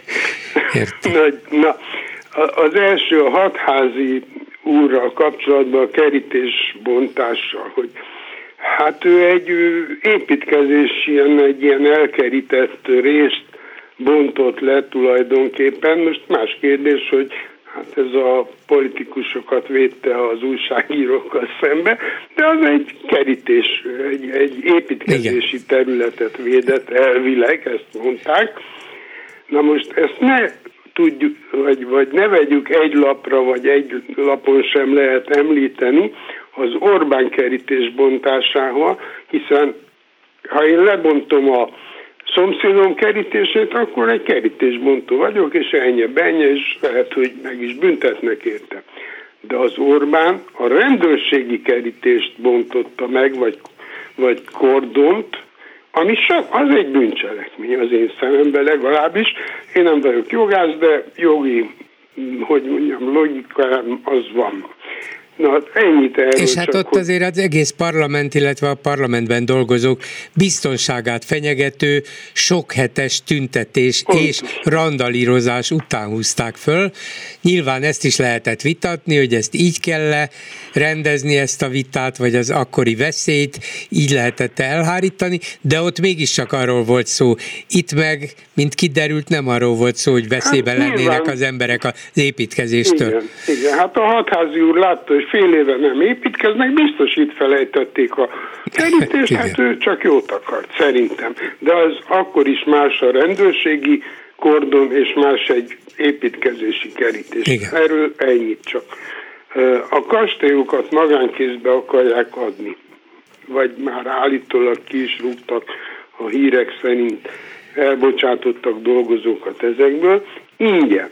na, na, az első a hatházi úrral kapcsolatban a kerítésbontással, hogy hát ő egy építkezés, ilyen, egy ilyen elkerített részt bontott le tulajdonképpen. Most más kérdés, hogy hát ez a politikusokat védte az újságírókkal szembe, de az egy kerítés, egy, egy építkezési Igen. területet védett elvileg, ezt mondták. Na most ezt ne tudjuk, vagy, vagy ne vegyük egy lapra, vagy egy lapon sem lehet említeni az Orbán kerítés bontásával, hiszen ha én lebontom a szomszédom kerítését, akkor egy kerítésbontó vagyok, és ennyi bennyi, és lehet, hogy meg is büntetnek érte. De az Orbán a rendőrségi kerítést bontotta meg, vagy, vagy kordont, ami sem, az egy bűncselekmény az én szememben legalábbis. Én nem vagyok jogász, de jogi, hogy mondjam, logikám az van. Na, ennyit erről. És hát ott azért az egész parlament, illetve a parlamentben dolgozók biztonságát fenyegető sok hetes tüntetés Pontos. és randalírozás után húzták föl. Nyilván ezt is lehetett vitatni, hogy ezt így kell rendezni, ezt a vitát, vagy az akkori veszélyt, így lehetett elhárítani, de ott mégiscsak arról volt szó. Itt meg, mint kiderült, nem arról volt szó, hogy veszélyben hát, lennének nyilván. az emberek az építkezéstől. Igen, igen, hát a hatházi úr látta, hogy fél éve nem építkeznek, biztos itt felejtették a kerítést, hát ő csak jót akart, szerintem. De az akkor is más a rendőrségi kordon, és más egy építkezési kerítés. Igen. Erről ennyit csak. A kastélyokat magánkézbe akarják adni, vagy már állítólag ki is rúgtak a hírek szerint, elbocsátottak dolgozókat ezekből, ingyen.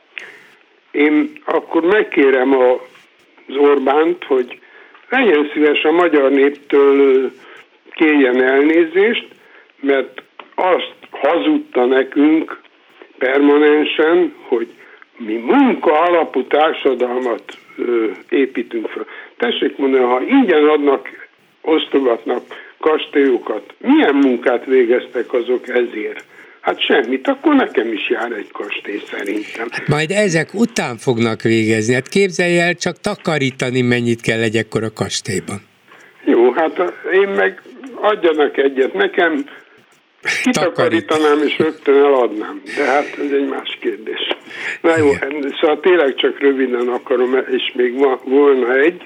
Én akkor megkérem a az Orbánt, hogy legyen szíves a magyar néptől kérjen elnézést, mert azt hazudta nekünk permanensen, hogy mi munka alapú társadalmat ö, építünk fel. Tessék mondani, ha ingyen adnak, osztogatnak kastélyokat, milyen munkát végeztek azok ezért? Hát semmit, akkor nekem is jár egy kastély szerintem. Hát majd ezek után fognak végezni. Hát képzelj el, csak takarítani mennyit kell egy ekkora kastélyban. Jó, hát én meg adjanak egyet nekem, kitakarítanám és rögtön eladnám. De hát ez egy más kérdés. Na jó, igen. Szóval tényleg csak röviden akarom, és még volna egy,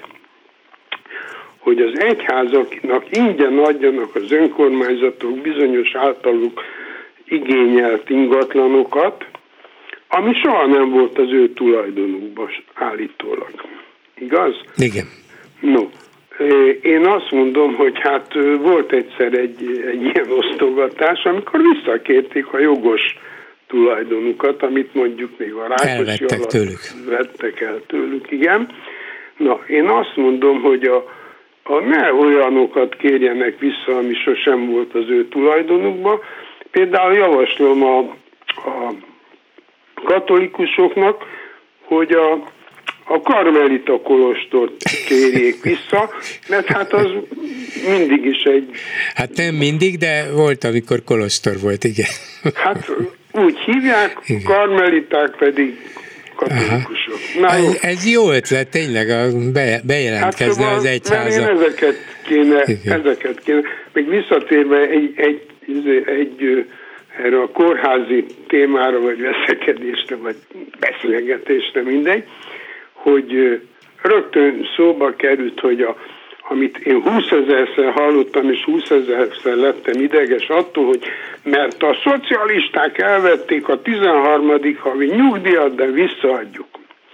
hogy az egyházaknak ingyen adjanak az önkormányzatok bizonyos általuk igényelt ingatlanokat, ami soha nem volt az ő tulajdonukban állítólag. Igaz? Igen. No, én azt mondom, hogy hát volt egyszer egy, egy ilyen osztogatás, amikor visszakérték a jogos tulajdonukat, amit mondjuk még a Rákosi alatt tőlük. vettek el tőlük, igen. Na, én azt mondom, hogy a, a ne olyanokat kérjenek vissza, ami sosem volt az ő tulajdonukban. Például javaslom a, a katolikusoknak, hogy a, a karmelita kolostort kérjék vissza, mert hát az mindig is egy... Hát nem mindig, de volt, amikor kolostor volt, igen. Hát úgy hívják, igen. Karmeliták pedig katolikusok. Na, ez, ez jó ötlet, tényleg a be, bejelentkezne hát, az egyháza. Mert én ezeket kéne, ezeket kéne. Még visszatérve egy, egy, egy, egy erre a kórházi témára, vagy veszekedésre, vagy beszélgetésre, mindegy, hogy rögtön szóba került, hogy a, amit én húszezerszer hallottam, és húszezerszer lettem ideges attól, hogy mert a szocialisták elvették a tizenharmadik havi nyugdíjat, de visszaadjuk.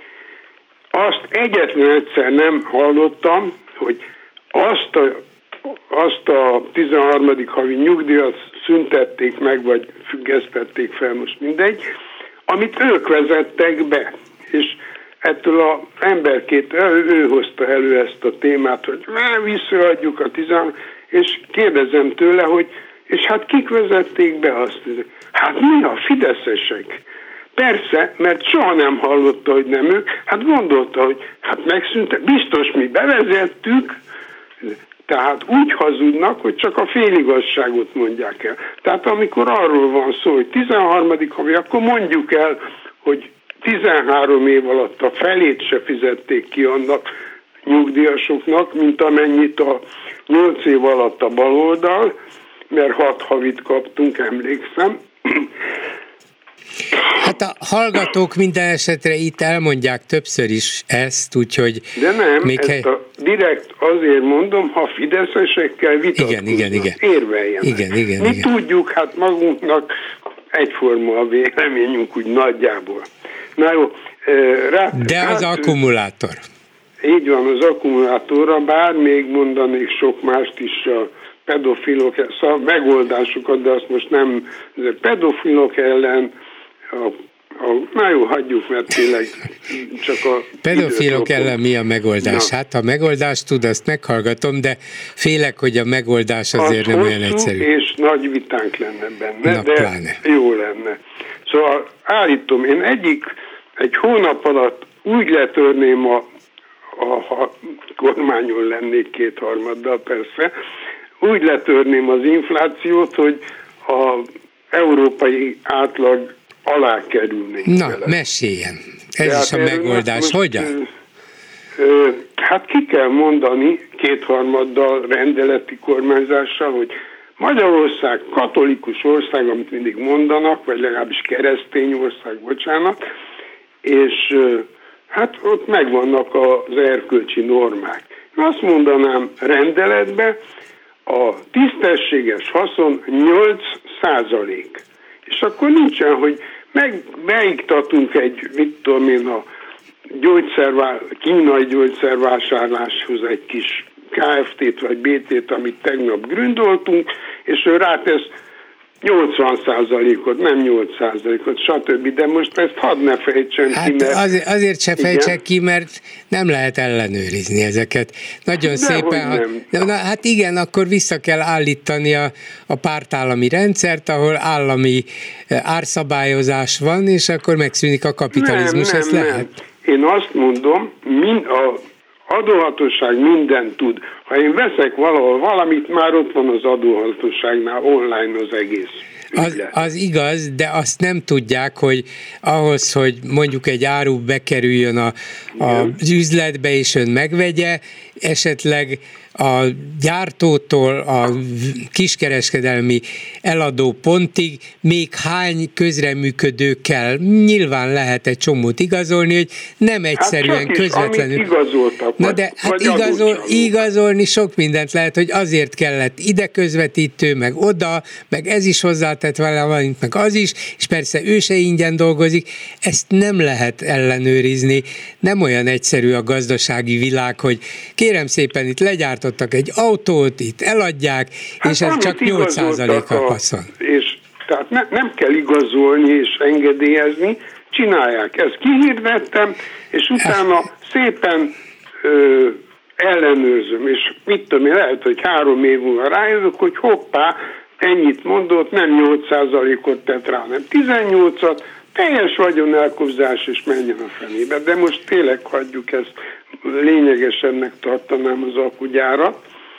Azt egyetlen egyszer nem hallottam, hogy azt a, azt a tizenharmadik havi nyugdíjat szüntették meg, vagy függesztették fel, most mindegy, amit ők vezettek be. És ettől az emberkét, ő, ő hozta elő ezt a témát, hogy visszaadjuk a tizenharmadik és kérdezem tőle, hogy és hát kik vezették be azt? Hát mi a fideszesek? Persze, mert soha nem hallotta, hogy nem ők, hát gondolta, hogy hát megszűnte, biztos mi bevezettük, tehát úgy hazudnak, hogy csak a féligazságot mondják el. Tehát amikor arról van szó, hogy tizenharmadik havi, akkor mondjuk el, hogy tizenhárom év alatt a felét se fizették ki annak nyugdíjasoknak, mint amennyit a nyolc év alatt a baloldal, mert hat havit kaptunk, emlékszem. Hát a hallgatók minden esetre itt elmondják többször is ezt, úgyhogy... De nem, még ezt hely... a direkt azért mondom, ha fideszesekkel vitatkoznak, igen, igen, igen. érveljenek. Igen, igen, Mi igen. tudjuk, hát magunknak egyforma a véleményünk úgy nagyjából. Na jó, rá, De az rá, akkumulátor. Így van, az akkumulátorra, bár még mondanék sok mást is a pedofilok, szóval megoldásokat, de azt most nem, a pedofilok ellen, a, a, na jó, hagyjuk, mert tényleg csak a... Pedofilok ellen mi a megoldás? Na. Hát ha megoldást tud, azt meghallgatom, de félek, hogy a megoldás azért az nem olyan egyszerű. És nagy vitánk lenne benne, na, de pláne. Jó lenne. Szóval állítom, én egyik, egy hónap alatt úgy letörném a ha kormányon lennék kétharmaddal persze, úgy letörném az inflációt, hogy a európai átlag alá kerülnénk. Na, vele. Meséljen. Ez Tehát is a megoldás. Most, Hogyan? Ö, ö, hát ki kell mondani kétharmaddal rendeleti kormányzással, hogy Magyarország katolikus ország, amit mindig mondanak, vagy legalábbis keresztény ország, bocsánat, és hát ott megvannak az erkölcsi normák. Én azt mondanám rendeletbe, a tisztességes haszon nyolc százalék. És akkor nincsen, hogy meg, beiktatunk egy, mit tudom én, a gyógyszervá, kínai gyógyszervásárláshoz egy kis ká ef té-t vagy bé té-t, amit tegnap gründoltunk, és ő rátesz nyolcvan százalékot, nem nyolc százalékot, stb. De most ezt hadd ne fejtsem hát ki, mert... Azért, azért se fejtsek ki, mert nem lehet ellenőrizni ezeket. Nagyon de szépen... Ha, de, na, hát igen, akkor vissza kell állítani a, a pártállami rendszert, ahol állami árszabályozás van, és akkor megszűnik a kapitalizmus. Nem, ezt nem, lehet? Nem. Én azt mondom, mind a adóhatóság mindent tud. Ha én veszek valahol valamit, már ott van az adóhatóságnál online az egész. Az, az igaz, de azt nem tudják, hogy ahhoz, hogy mondjuk egy áru bekerüljön a, a, az üzletbe és ön megvegye, esetleg a gyártótól a kiskereskedelmi eladó pontig még hány közreműködő kell. Nyilván lehet egy csomót igazolni, hogy nem egyszerűen hát közvetlenül. Igazoltak, Na de hát igazol, igazolni sok mindent lehet, hogy azért kellett ide közvetítő, meg oda, meg ez is hozzátett valamit, meg az is, és persze ő se ingyen dolgozik. Ezt nem lehet ellenőrizni. Nem olyan egyszerű a gazdasági világ, hogy kérem szépen, itt legyártottak egy autót, itt eladják, hát és ez csak nyolc százalék a haszon. És tehát ne, nem kell igazolni és engedélyezni, csinálják. Ezt kihirdettem, és utána szépen ö, ellenőrzöm, és mit tudom én, lehet, hogy három év múlva rájövök, hogy hoppá, ennyit mondott, nem nyolc százalékot tett rá, nem tizennyolcat, teljes vagyonelkobzás, és menjen a fenébe. De most tényleg hagyjuk ezt, lényegesebbnek tartanám az akugyárat,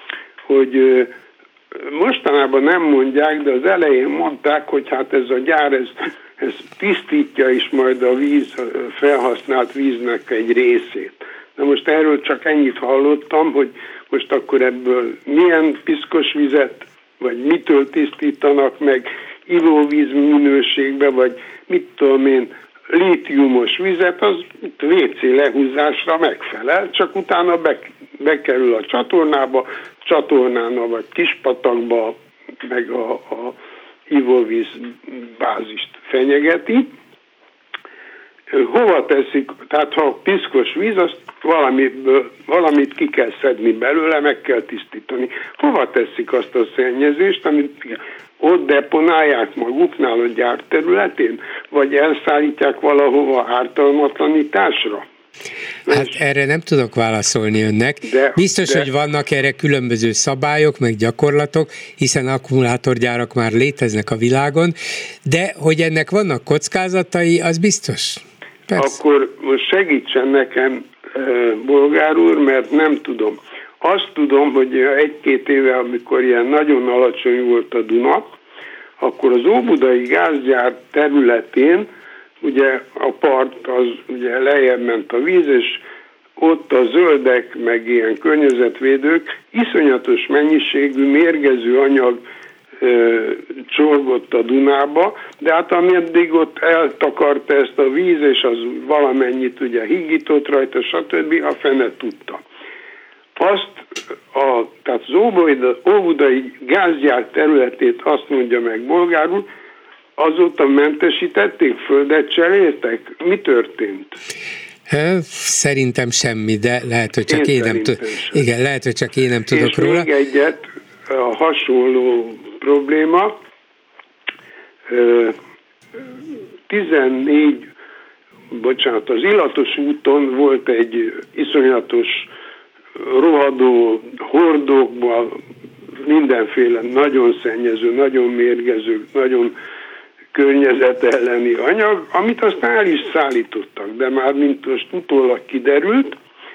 hogy mostanában nem mondják, de az elején mondták, hogy hát ez a gyár, ez, ez tisztítja is majd a víz, felhasznált víznek egy részét. Na most erről csak ennyit hallottam, hogy most akkor ebből milyen piszkos vizet, vagy mitől tisztítanak meg, ivóvíz minőségbe, vagy mit tudom én, lítiumos vizet, az vé cé lehúzásra megfelel, csak utána be, bekerül a csatornába, csatornán vagy kispatakba, meg a, a ivóvíz bázist fenyegeti. Hova teszik, tehát ha piszkos víz, azt valamiből, valamit ki kell szedni belőle, meg kell tisztítani. Hova teszik azt a szennyezést, amit ott deponálják maguknál a gyár területén, vagy elszállítják valahova ártalmatlanításra? Hát erre nem tudok válaszolni önnek. De, Biztos, de... hogy vannak erre különböző szabályok, meg gyakorlatok, hiszen akkumulátorgyárak már léteznek a világon, de hogy ennek vannak kockázatai, az biztos. Persze. Akkor most segítsen nekem, bolgár úr, mert nem tudom. Azt tudom, hogy egy-két éve, amikor ilyen nagyon alacsony volt a Duna, akkor az óbudai gázgyár területén ugye a part, az ugye lejjebb ment a víz, és ott a zöldek, meg ilyen környezetvédők iszonyatos mennyiségű mérgező anyag ö, csorgott a Dunába, de hát ameddig ott eltakarta ezt a víz, és az valamennyit ugye higított rajta, stb. A fene tudta. Azt, a, tehát az óbudai gázgyár területét azt mondja meg bolgár úr, azóta mentesítették, földet cseréltek? Mi történt? Szerintem semmi, de lehet, hogy csak én, én nem tudok. Igen, lehet, hogy csak én nem tudok és róla. És még egyet, a hasonló probléma, tizennégy, bocsánat, az Illatos úton volt egy iszonyatos rohadó hordókban mindenféle nagyon szennyező, nagyon mérgező, nagyon környezet elleni anyag, amit aztán el is szállítottak, de már mint most utólag kiderült,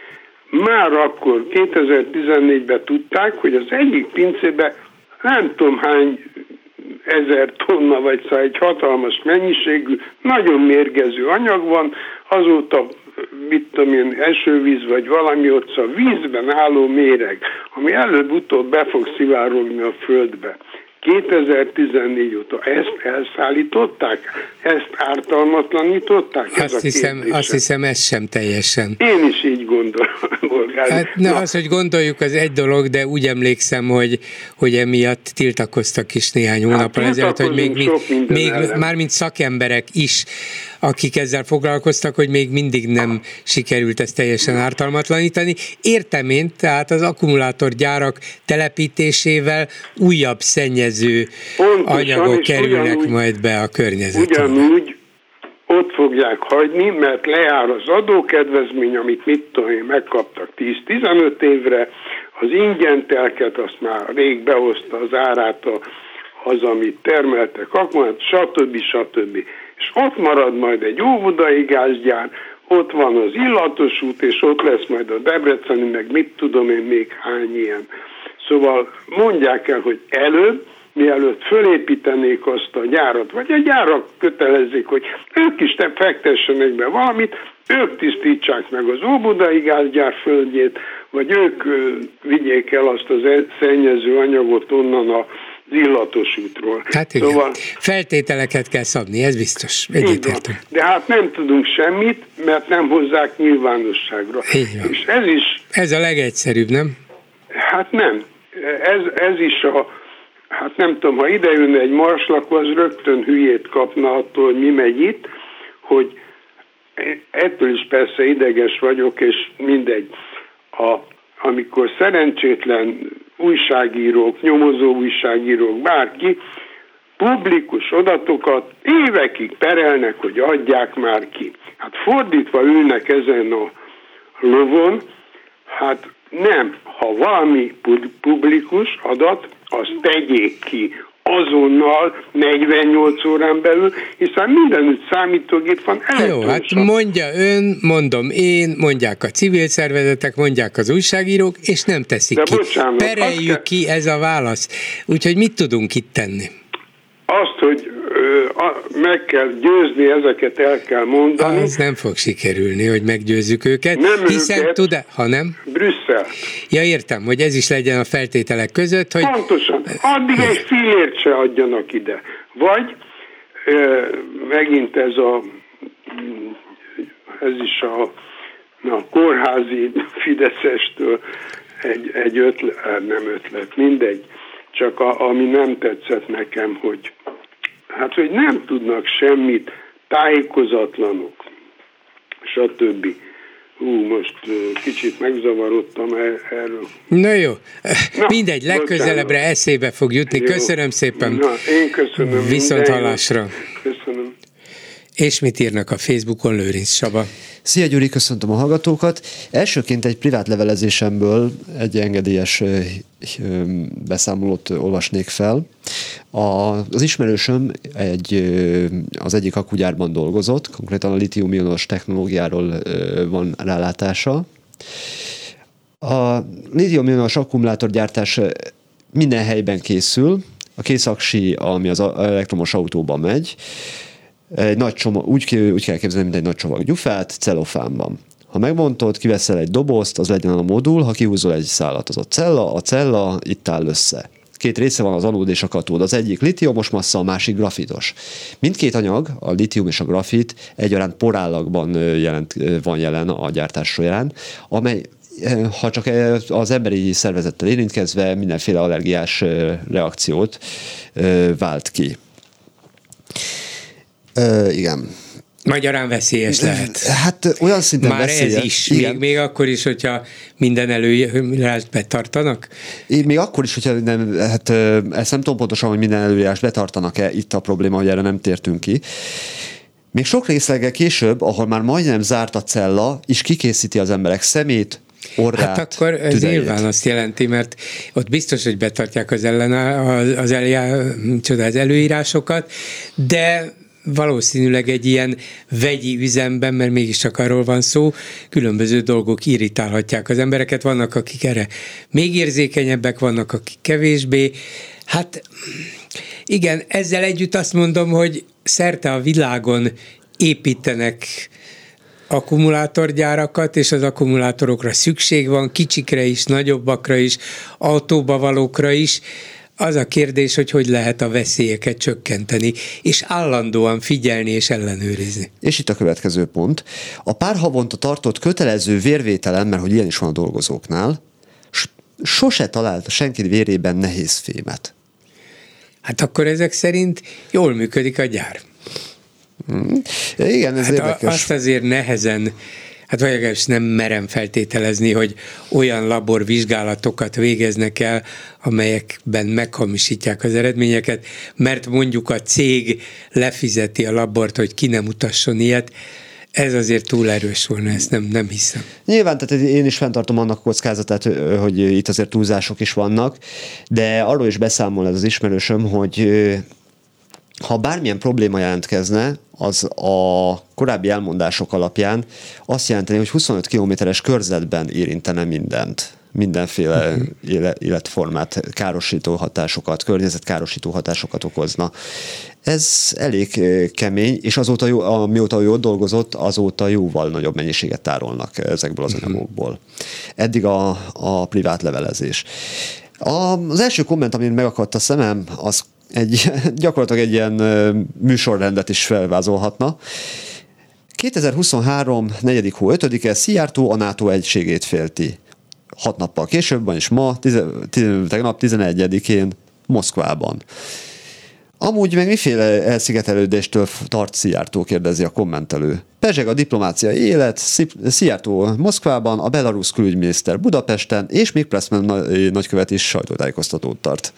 már akkor kétezer-tizennégyben tudták, hogy az egyik pincében nem tudom hány ezer tonna, vagy szóval egy hatalmas mennyiségű, nagyon mérgező anyag van, azóta, mit tudom én, esővíz, vagy valami ott, szóval vízben álló méreg, ami előbb-utóbb be fog szivárogni a földbe. kétezer-tizennégy óta ezt elszállították? Ezt ártalmatlanították? Ez azt, hiszem, azt hiszem, ez sem teljesen. Én is így gondolom, Bolgár. Hát, na, az, hogy gondoljuk, az egy dolog, de úgy emlékszem, hogy, hogy emiatt tiltakoztak is néhány hónappal hát, ezelőtt, hogy még, még, még mármint szakemberek is, akik ezzel foglalkoztak, hogy még mindig nem sikerült ezt teljesen ártalmatlanítani. Értem én, tehát az akkumulátorgyárak telepítésével újabb szennyező Pontosan, anyagok kerülnek ugyanúgy, majd be a környezetbe. Ugyanúgy ott fogják hagyni, mert lejár az adókedvezmény, amit mit tudom én, megkaptak tíz-tizenöt évre, az ingyentelket azt már rég behozta az árát az, amit termeltek, akkor stb. stb. És ott marad majd egy óvodai gázgyár, ott van az illatos út, és ott lesz majd a debreceni, meg mit tudom én még hány ilyen. Szóval mondják el, hogy előbb, mielőtt fölépítenék azt a gyárat, vagy a gyárak kötelezik, hogy ők is fektessenek be valamit, ők tisztítsák meg az óbudai gázgyár földjét, vagy ők vigyék el azt az szennyező anyagot onnan a illatos útról. Hát igen, szóval, feltételeket kell szabni, ez biztos. Egyetértünk. De hát nem tudunk semmit, mert nem hozzák nyilvánosságra. És ez is... Ez a legegyszerűbb, nem? Hát nem. Ez, ez is a... Hát nem tudom, ha ide jönne egy marslakó, az rögtön hülyét kapna attól, hogy mi megy itt, hogy ettől is persze ideges vagyok, és mindegy. A, amikor szerencsétlen újságírók, nyomozó újságírók, bárki publikus adatokat évekig perelnek, hogy adják már ki. Hát fordítva ülnek ezen a lovon, hát nem, ha valami publikus adat, azt tegyék ki azonnal, negyvennyolc órán belül, hiszen mindenütt számítógép van. Jó, hát mondja ön, mondom én, mondják a civil szervezetek, mondják az újságírók, és nem teszik De ki. Bocsánat, Pereljük kell... ki, ez a válasz. Úgyhogy mit tudunk itt tenni? Azt, hogy ö, a, meg kell győzni, ezeket el kell mondani. Az nem fog sikerülni, hogy meggyőzzük őket. Nem hiszen őket, tud-e, ha nem? Brüsszel. Ja, értem, hogy ez is legyen a feltételek között, hogy... Pontosan. Addig egy fillért se adjanak ide. Vagy ö, megint ez a ez is a na, kórházi fideszestől egy, egy ötlet, nem ötlet, mindegy. Csak a, ami nem tetszett nekem, hogy hát, hogy nem tudnak semmit, tájékozatlanok, stb. Hú, most kicsit megzavarodtam erről. Na jó, Na, mindegy, legközelebbre bocsánat. Eszébe fog jutni. Jó. Köszönöm szépen. Na, én köszönöm. Viszont hallásra. Köszönöm. És mit írnak a Facebookon, Lőrinc Csaba? Szia Gyuri, köszöntöm a hallgatókat. Elsőként egy privát levelezésemből egy engedélyes beszámolót olvasnék fel. Az ismerősöm egy, az egyik akkugyárban dolgozott, konkrétan a litium-ionos technológiáról van rálátása. A litium-ionos akkumulátorgyártás minden helyben készül. A készaksi, ami az elektromos autóban megy, egy nagy csomag, úgy, úgy kell képzelni, mint egy nagy csomag gyufát, celofánban. Ha megbontod, kiveszel egy dobozt, az legyen a modul, ha kihúzol egy szálat, az a cella, a cella itt áll össze. Két része van, az anód és a katód. Az egyik litiumos massza, a másik grafitos. Mindkét anyag, a litium és a grafit egyaránt porállagban jelent, van jelen a gyártás során, amely ha csak az emberi szervezettel érintkezve mindenféle allergiás reakciót vált ki. Ö, igen. Magyarán veszélyes lehet. Hát olyan szinten Már veszélyes. ez is, még, még akkor is, hogyha minden előírást betartanak? Én még akkor is, hogyha nem, hát ezt nem tudom pontosan, hogy minden előírást betartanak-e, itt a probléma, hogy erre nem tértünk ki. Még sok részleggel később, ahol már majdnem zárt a cella, is kikészíti az emberek szemét, orrát, hát akkor ez tüdejét. Nyilván azt jelenti, mert ott biztos, hogy betartják az, ellen, az, eljá, az előírásokat, de valószínűleg egy ilyen vegyi üzemben, mert mégiscsak arról van szó, különböző dolgok irritálhatják az embereket, vannak akik erre még érzékenyebbek, vannak akik kevésbé. Hát igen, ezzel együtt azt mondom, hogy szerte a világon építenek akkumulátorgyárakat, és az akkumulátorokra szükség van, kicsikre is, nagyobbakra is, autóba valókra is. Az a kérdés, hogy hogy lehet a veszélyeket csökkenteni, és állandóan figyelni és ellenőrizni. És itt a következő pont. A pár havonta tartott kötelező vérvételen, mert hogy ilyen is van a dolgozóknál, sose talált senki vérében nehézfémet. Hát akkor ezek szerint jól működik a gyár. Hmm. Igen, ez hát érdekes. Azt azért nehezen, hát vagy legalábbis nem merem feltételezni, hogy olyan laborvizsgálatokat végeznek el, amelyekben meghamisítják az eredményeket, mert mondjuk a cég lefizeti a labort, hogy ki nem utasson ilyet. Ez azért túl erős volna, ezt nem, nem hiszem. Nyilván, tehát én is fenntartom annak kockázatát, hogy itt azért túlzások is vannak, de arról is beszámol ez az ismerősöm, hogy ha bármilyen probléma jelentkezne, az a korábbi elmondások alapján azt jelenteni, hogy huszonöt kilométeres körzetben érintene mindent, mindenféle életformát, károsító hatásokat, környezetkárosító hatásokat okozna. Ez elég kemény, és azóta, jó, amióta jól dolgozott, azóta jóval nagyobb mennyiséget tárolnak ezekből az anyagokból. Eddig a, a privát levelezés. Az első komment, amin megakadt a szemem, az egy, gyakorlatilag egy ilyen műsorrendet is felvázolhatna. kétezer-huszonhárom. negyedik hó ötödike Szijjártó a NATO egységét félti. Hat nappal később, vagyis ma, tize, tize, tegnap tizenegyedikén Moszkvában. Amúgy meg miféle elszigetelődéstől tart Szijjártó, kérdezi a kommentelő. Pezseg a diplomáciai élet, Szijjártó Moszkvában, a belarusz külügyminiszter Budapesten, és még Pressman nagykövet is sajtótájékoztatót tart.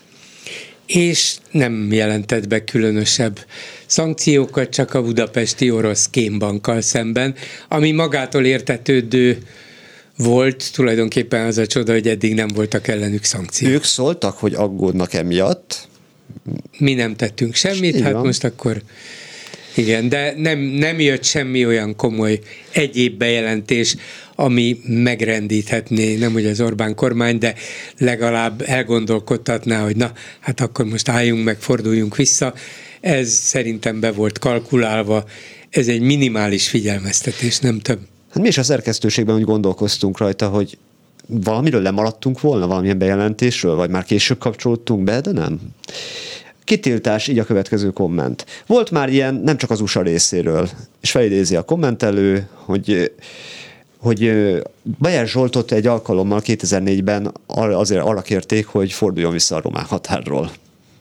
És nem jelentett be különösebb szankciókat, csak a budapesti orosz kémbankkal szemben, ami magától értetődő volt, tulajdonképpen az a csoda, hogy eddig nem voltak ellenük szankciók. Ők szóltak, hogy aggódnak emiatt. Mi nem tettünk semmit, hát van. Most akkor igen, de nem, nem jött semmi olyan komoly egyéb bejelentés, ami megrendíthetné, nem hogy az Orbán kormány, de legalább elgondolkodtatná, hogy na, hát akkor most álljunk meg, forduljunk vissza. Ez szerintem be volt kalkulálva, ez egy minimális figyelmeztetés, nem több. Hát mi is a szerkesztőségben úgy gondolkoztunk rajta, hogy valamiről lemaradtunk volna, valamilyen bejelentésről, vagy már később kapcsolódtunk be, de nem. Kitiltás, így a következő komment. Volt már ilyen, nem csak az u es á részéről, és felidézi a kommentelő, hogy, hogy Bajer Zsoltot egy alkalommal kétezer-négyben azért arra kérték, hogy forduljon vissza a román határról.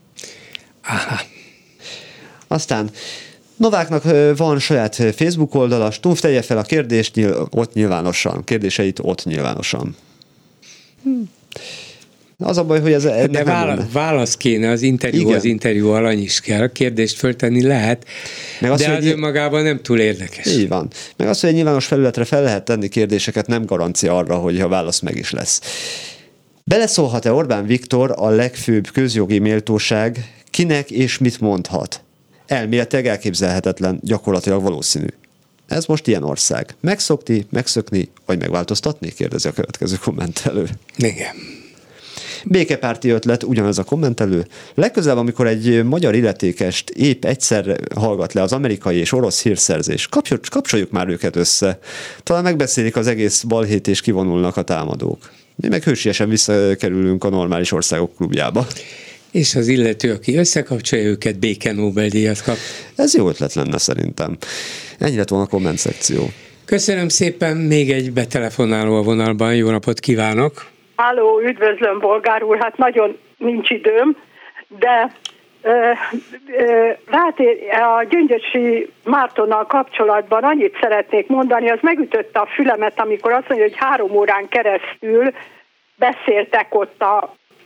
Aha. Aztán Nováknak van saját Facebook oldala, Stumpf tegye fel a kérdést nyil, ott nyilvánosan, kérdéseit ott nyilvánosan. Hm. Az a baj, hogy ez... De vála, válasz kéne, az interjú, igen. Az interjú alany is kell, kérdést föltenni lehet, meg az, de az önmagában nem túl érdekes. Így van. Meg az, hogy egy nyilvános felületre fel lehet tenni kérdéseket, nem garancia arra, hogy a válasz meg is lesz. Beleszólhat-e Orbán Viktor, a legfőbb közjogi méltóság, kinek és mit mondhat? Elméletileg elképzelhetetlen, gyakorlatilag valószínű. Ez most ilyen ország. Megszokni, megszökni, vagy megváltoztatni? Kérdezi a következő kommentelő. Igen. Békepárti ötlet, ugyanez a kommentelő. Legközelebb, amikor egy magyar illetékest épp egyszer hallgat le az amerikai és orosz hírszerzés, kapcsoljuk már őket össze. Talán megbeszélik az egész balhét és kivonulnak a támadók. Mi meg hősiesen visszakerülünk a normális országok klubjába. És az illető, aki összekapcsolja őket, béke Nobel-díjat kap. Ez jó ötlet lenne szerintem. Ennyi lett volna a komment szekció. Köszönöm szépen, még egy betelefonáló a vonalban. Jó napot kívánok! Háló, üdvözlöm, bolgár úr, hát nagyon nincs időm, de ö, ö, rátér, a Gyöngyösi Mártonnal kapcsolatban annyit szeretnék mondani, az megütötte a fülemet, amikor azt mondja, hogy három órán keresztül beszéltek ott a,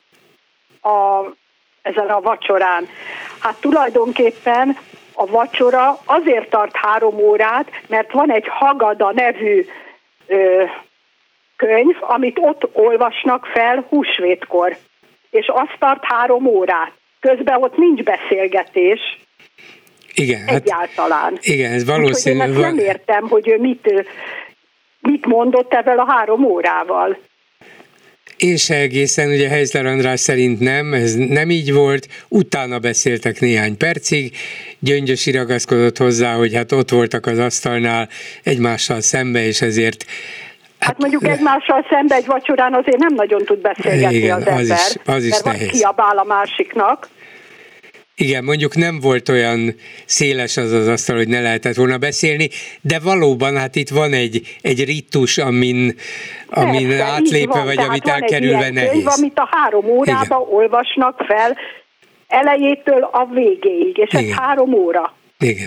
a, ezen a vacsorán. Hát tulajdonképpen a vacsora azért tart három órát, mert van egy Hagada nevű ö, könyv, amit ott olvasnak fel húsvétkor, és azt tart három órát. Közben ott nincs beszélgetés. Igen, egyáltalán. Hát, igen, ez valószínű. Úgyhogy én ezt nem értem, hogy ő mit, mit mondott ezzel a három órával. Én se egészen, ugye Heisler András szerint nem, ez nem így volt, utána beszéltek néhány percig, Gyöngyösi ragaszkodott hozzá, hogy hát ott voltak az asztalnál egymással szembe, és ezért Hát, hát mondjuk egymással szembe egy vacsorán azért nem nagyon tud beszélgetni igen, az ember, az is, az is mert nehéz. vagy kiabál a másiknak. Igen, mondjuk nem volt olyan széles az az asztal, hogy ne lehetett volna beszélni, de valóban hát itt van egy, egy ritus, amin, amin Persze, átlépve, van, vagy amit van elkerülve nehéz. Könyv, amit a három órában igen. olvasnak fel, elejétől a végéig, és igen. ez három óra. Igen.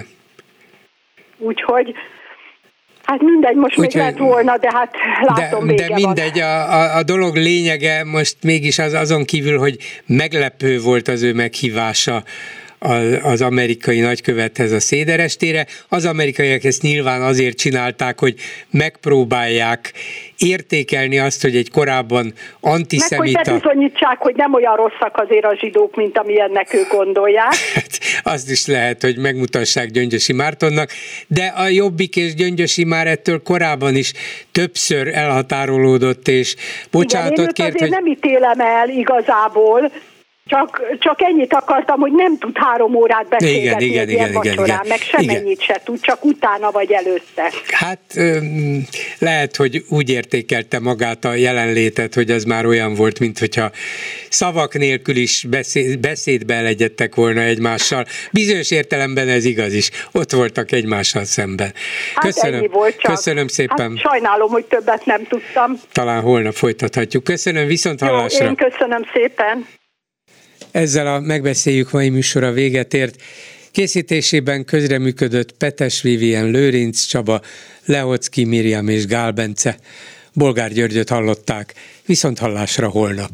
Úgyhogy hát mindegy, most Úgy, még lett volna, de hát látom de, vége de mindegy, a, a, a dolog lényege most mégis az azon kívül, hogy meglepő volt az ő meghívása az amerikai nagykövethez a széderestére. Az amerikaiak ezt nyilván azért csinálták, hogy megpróbálják értékelni azt, hogy egy korábban antiszemita... Meg hogy bebizonyítsák, hogy nem olyan rosszak azért a zsidók, mint amilyennek ők gondolják. Hát, azt is lehet, hogy megmutassák Gyöngyösi Mártonnak, de a Jobbik és Gyöngyösi már ettől korábban is többször elhatárolódott, és bocsánatot kért, hogy... nem ítélem el igazából, Csak, csak ennyit akartam, hogy nem tud három órát beszélgetni igen, egy igen, ilyen igen, vacsorán, igen, meg semennyit se tud, csak utána vagy előtte. Hát lehet, hogy úgy értékelte magát a jelenlétet, hogy az már olyan volt, mint hogyha szavak nélkül is beszéd, beszédbe elegyedtek volna egymással. Bizonyos értelemben ez igaz is. Ott voltak egymással szemben. Köszönöm, hát ennyi volt csak. Köszönöm szépen. Hát sajnálom, hogy többet nem tudtam. Talán holnap folytathatjuk. Köszönöm, viszont hallásra. Jó, én köszönöm szépen. Ezzel a Megbeszéljük mai műsora véget ért. Készítésében közreműködött Petes Vivien, Lőrinc Csaba, Leocki Miriam és Gál Bence. Bolgár Györgyöt hallották. Viszont hallásra holnap.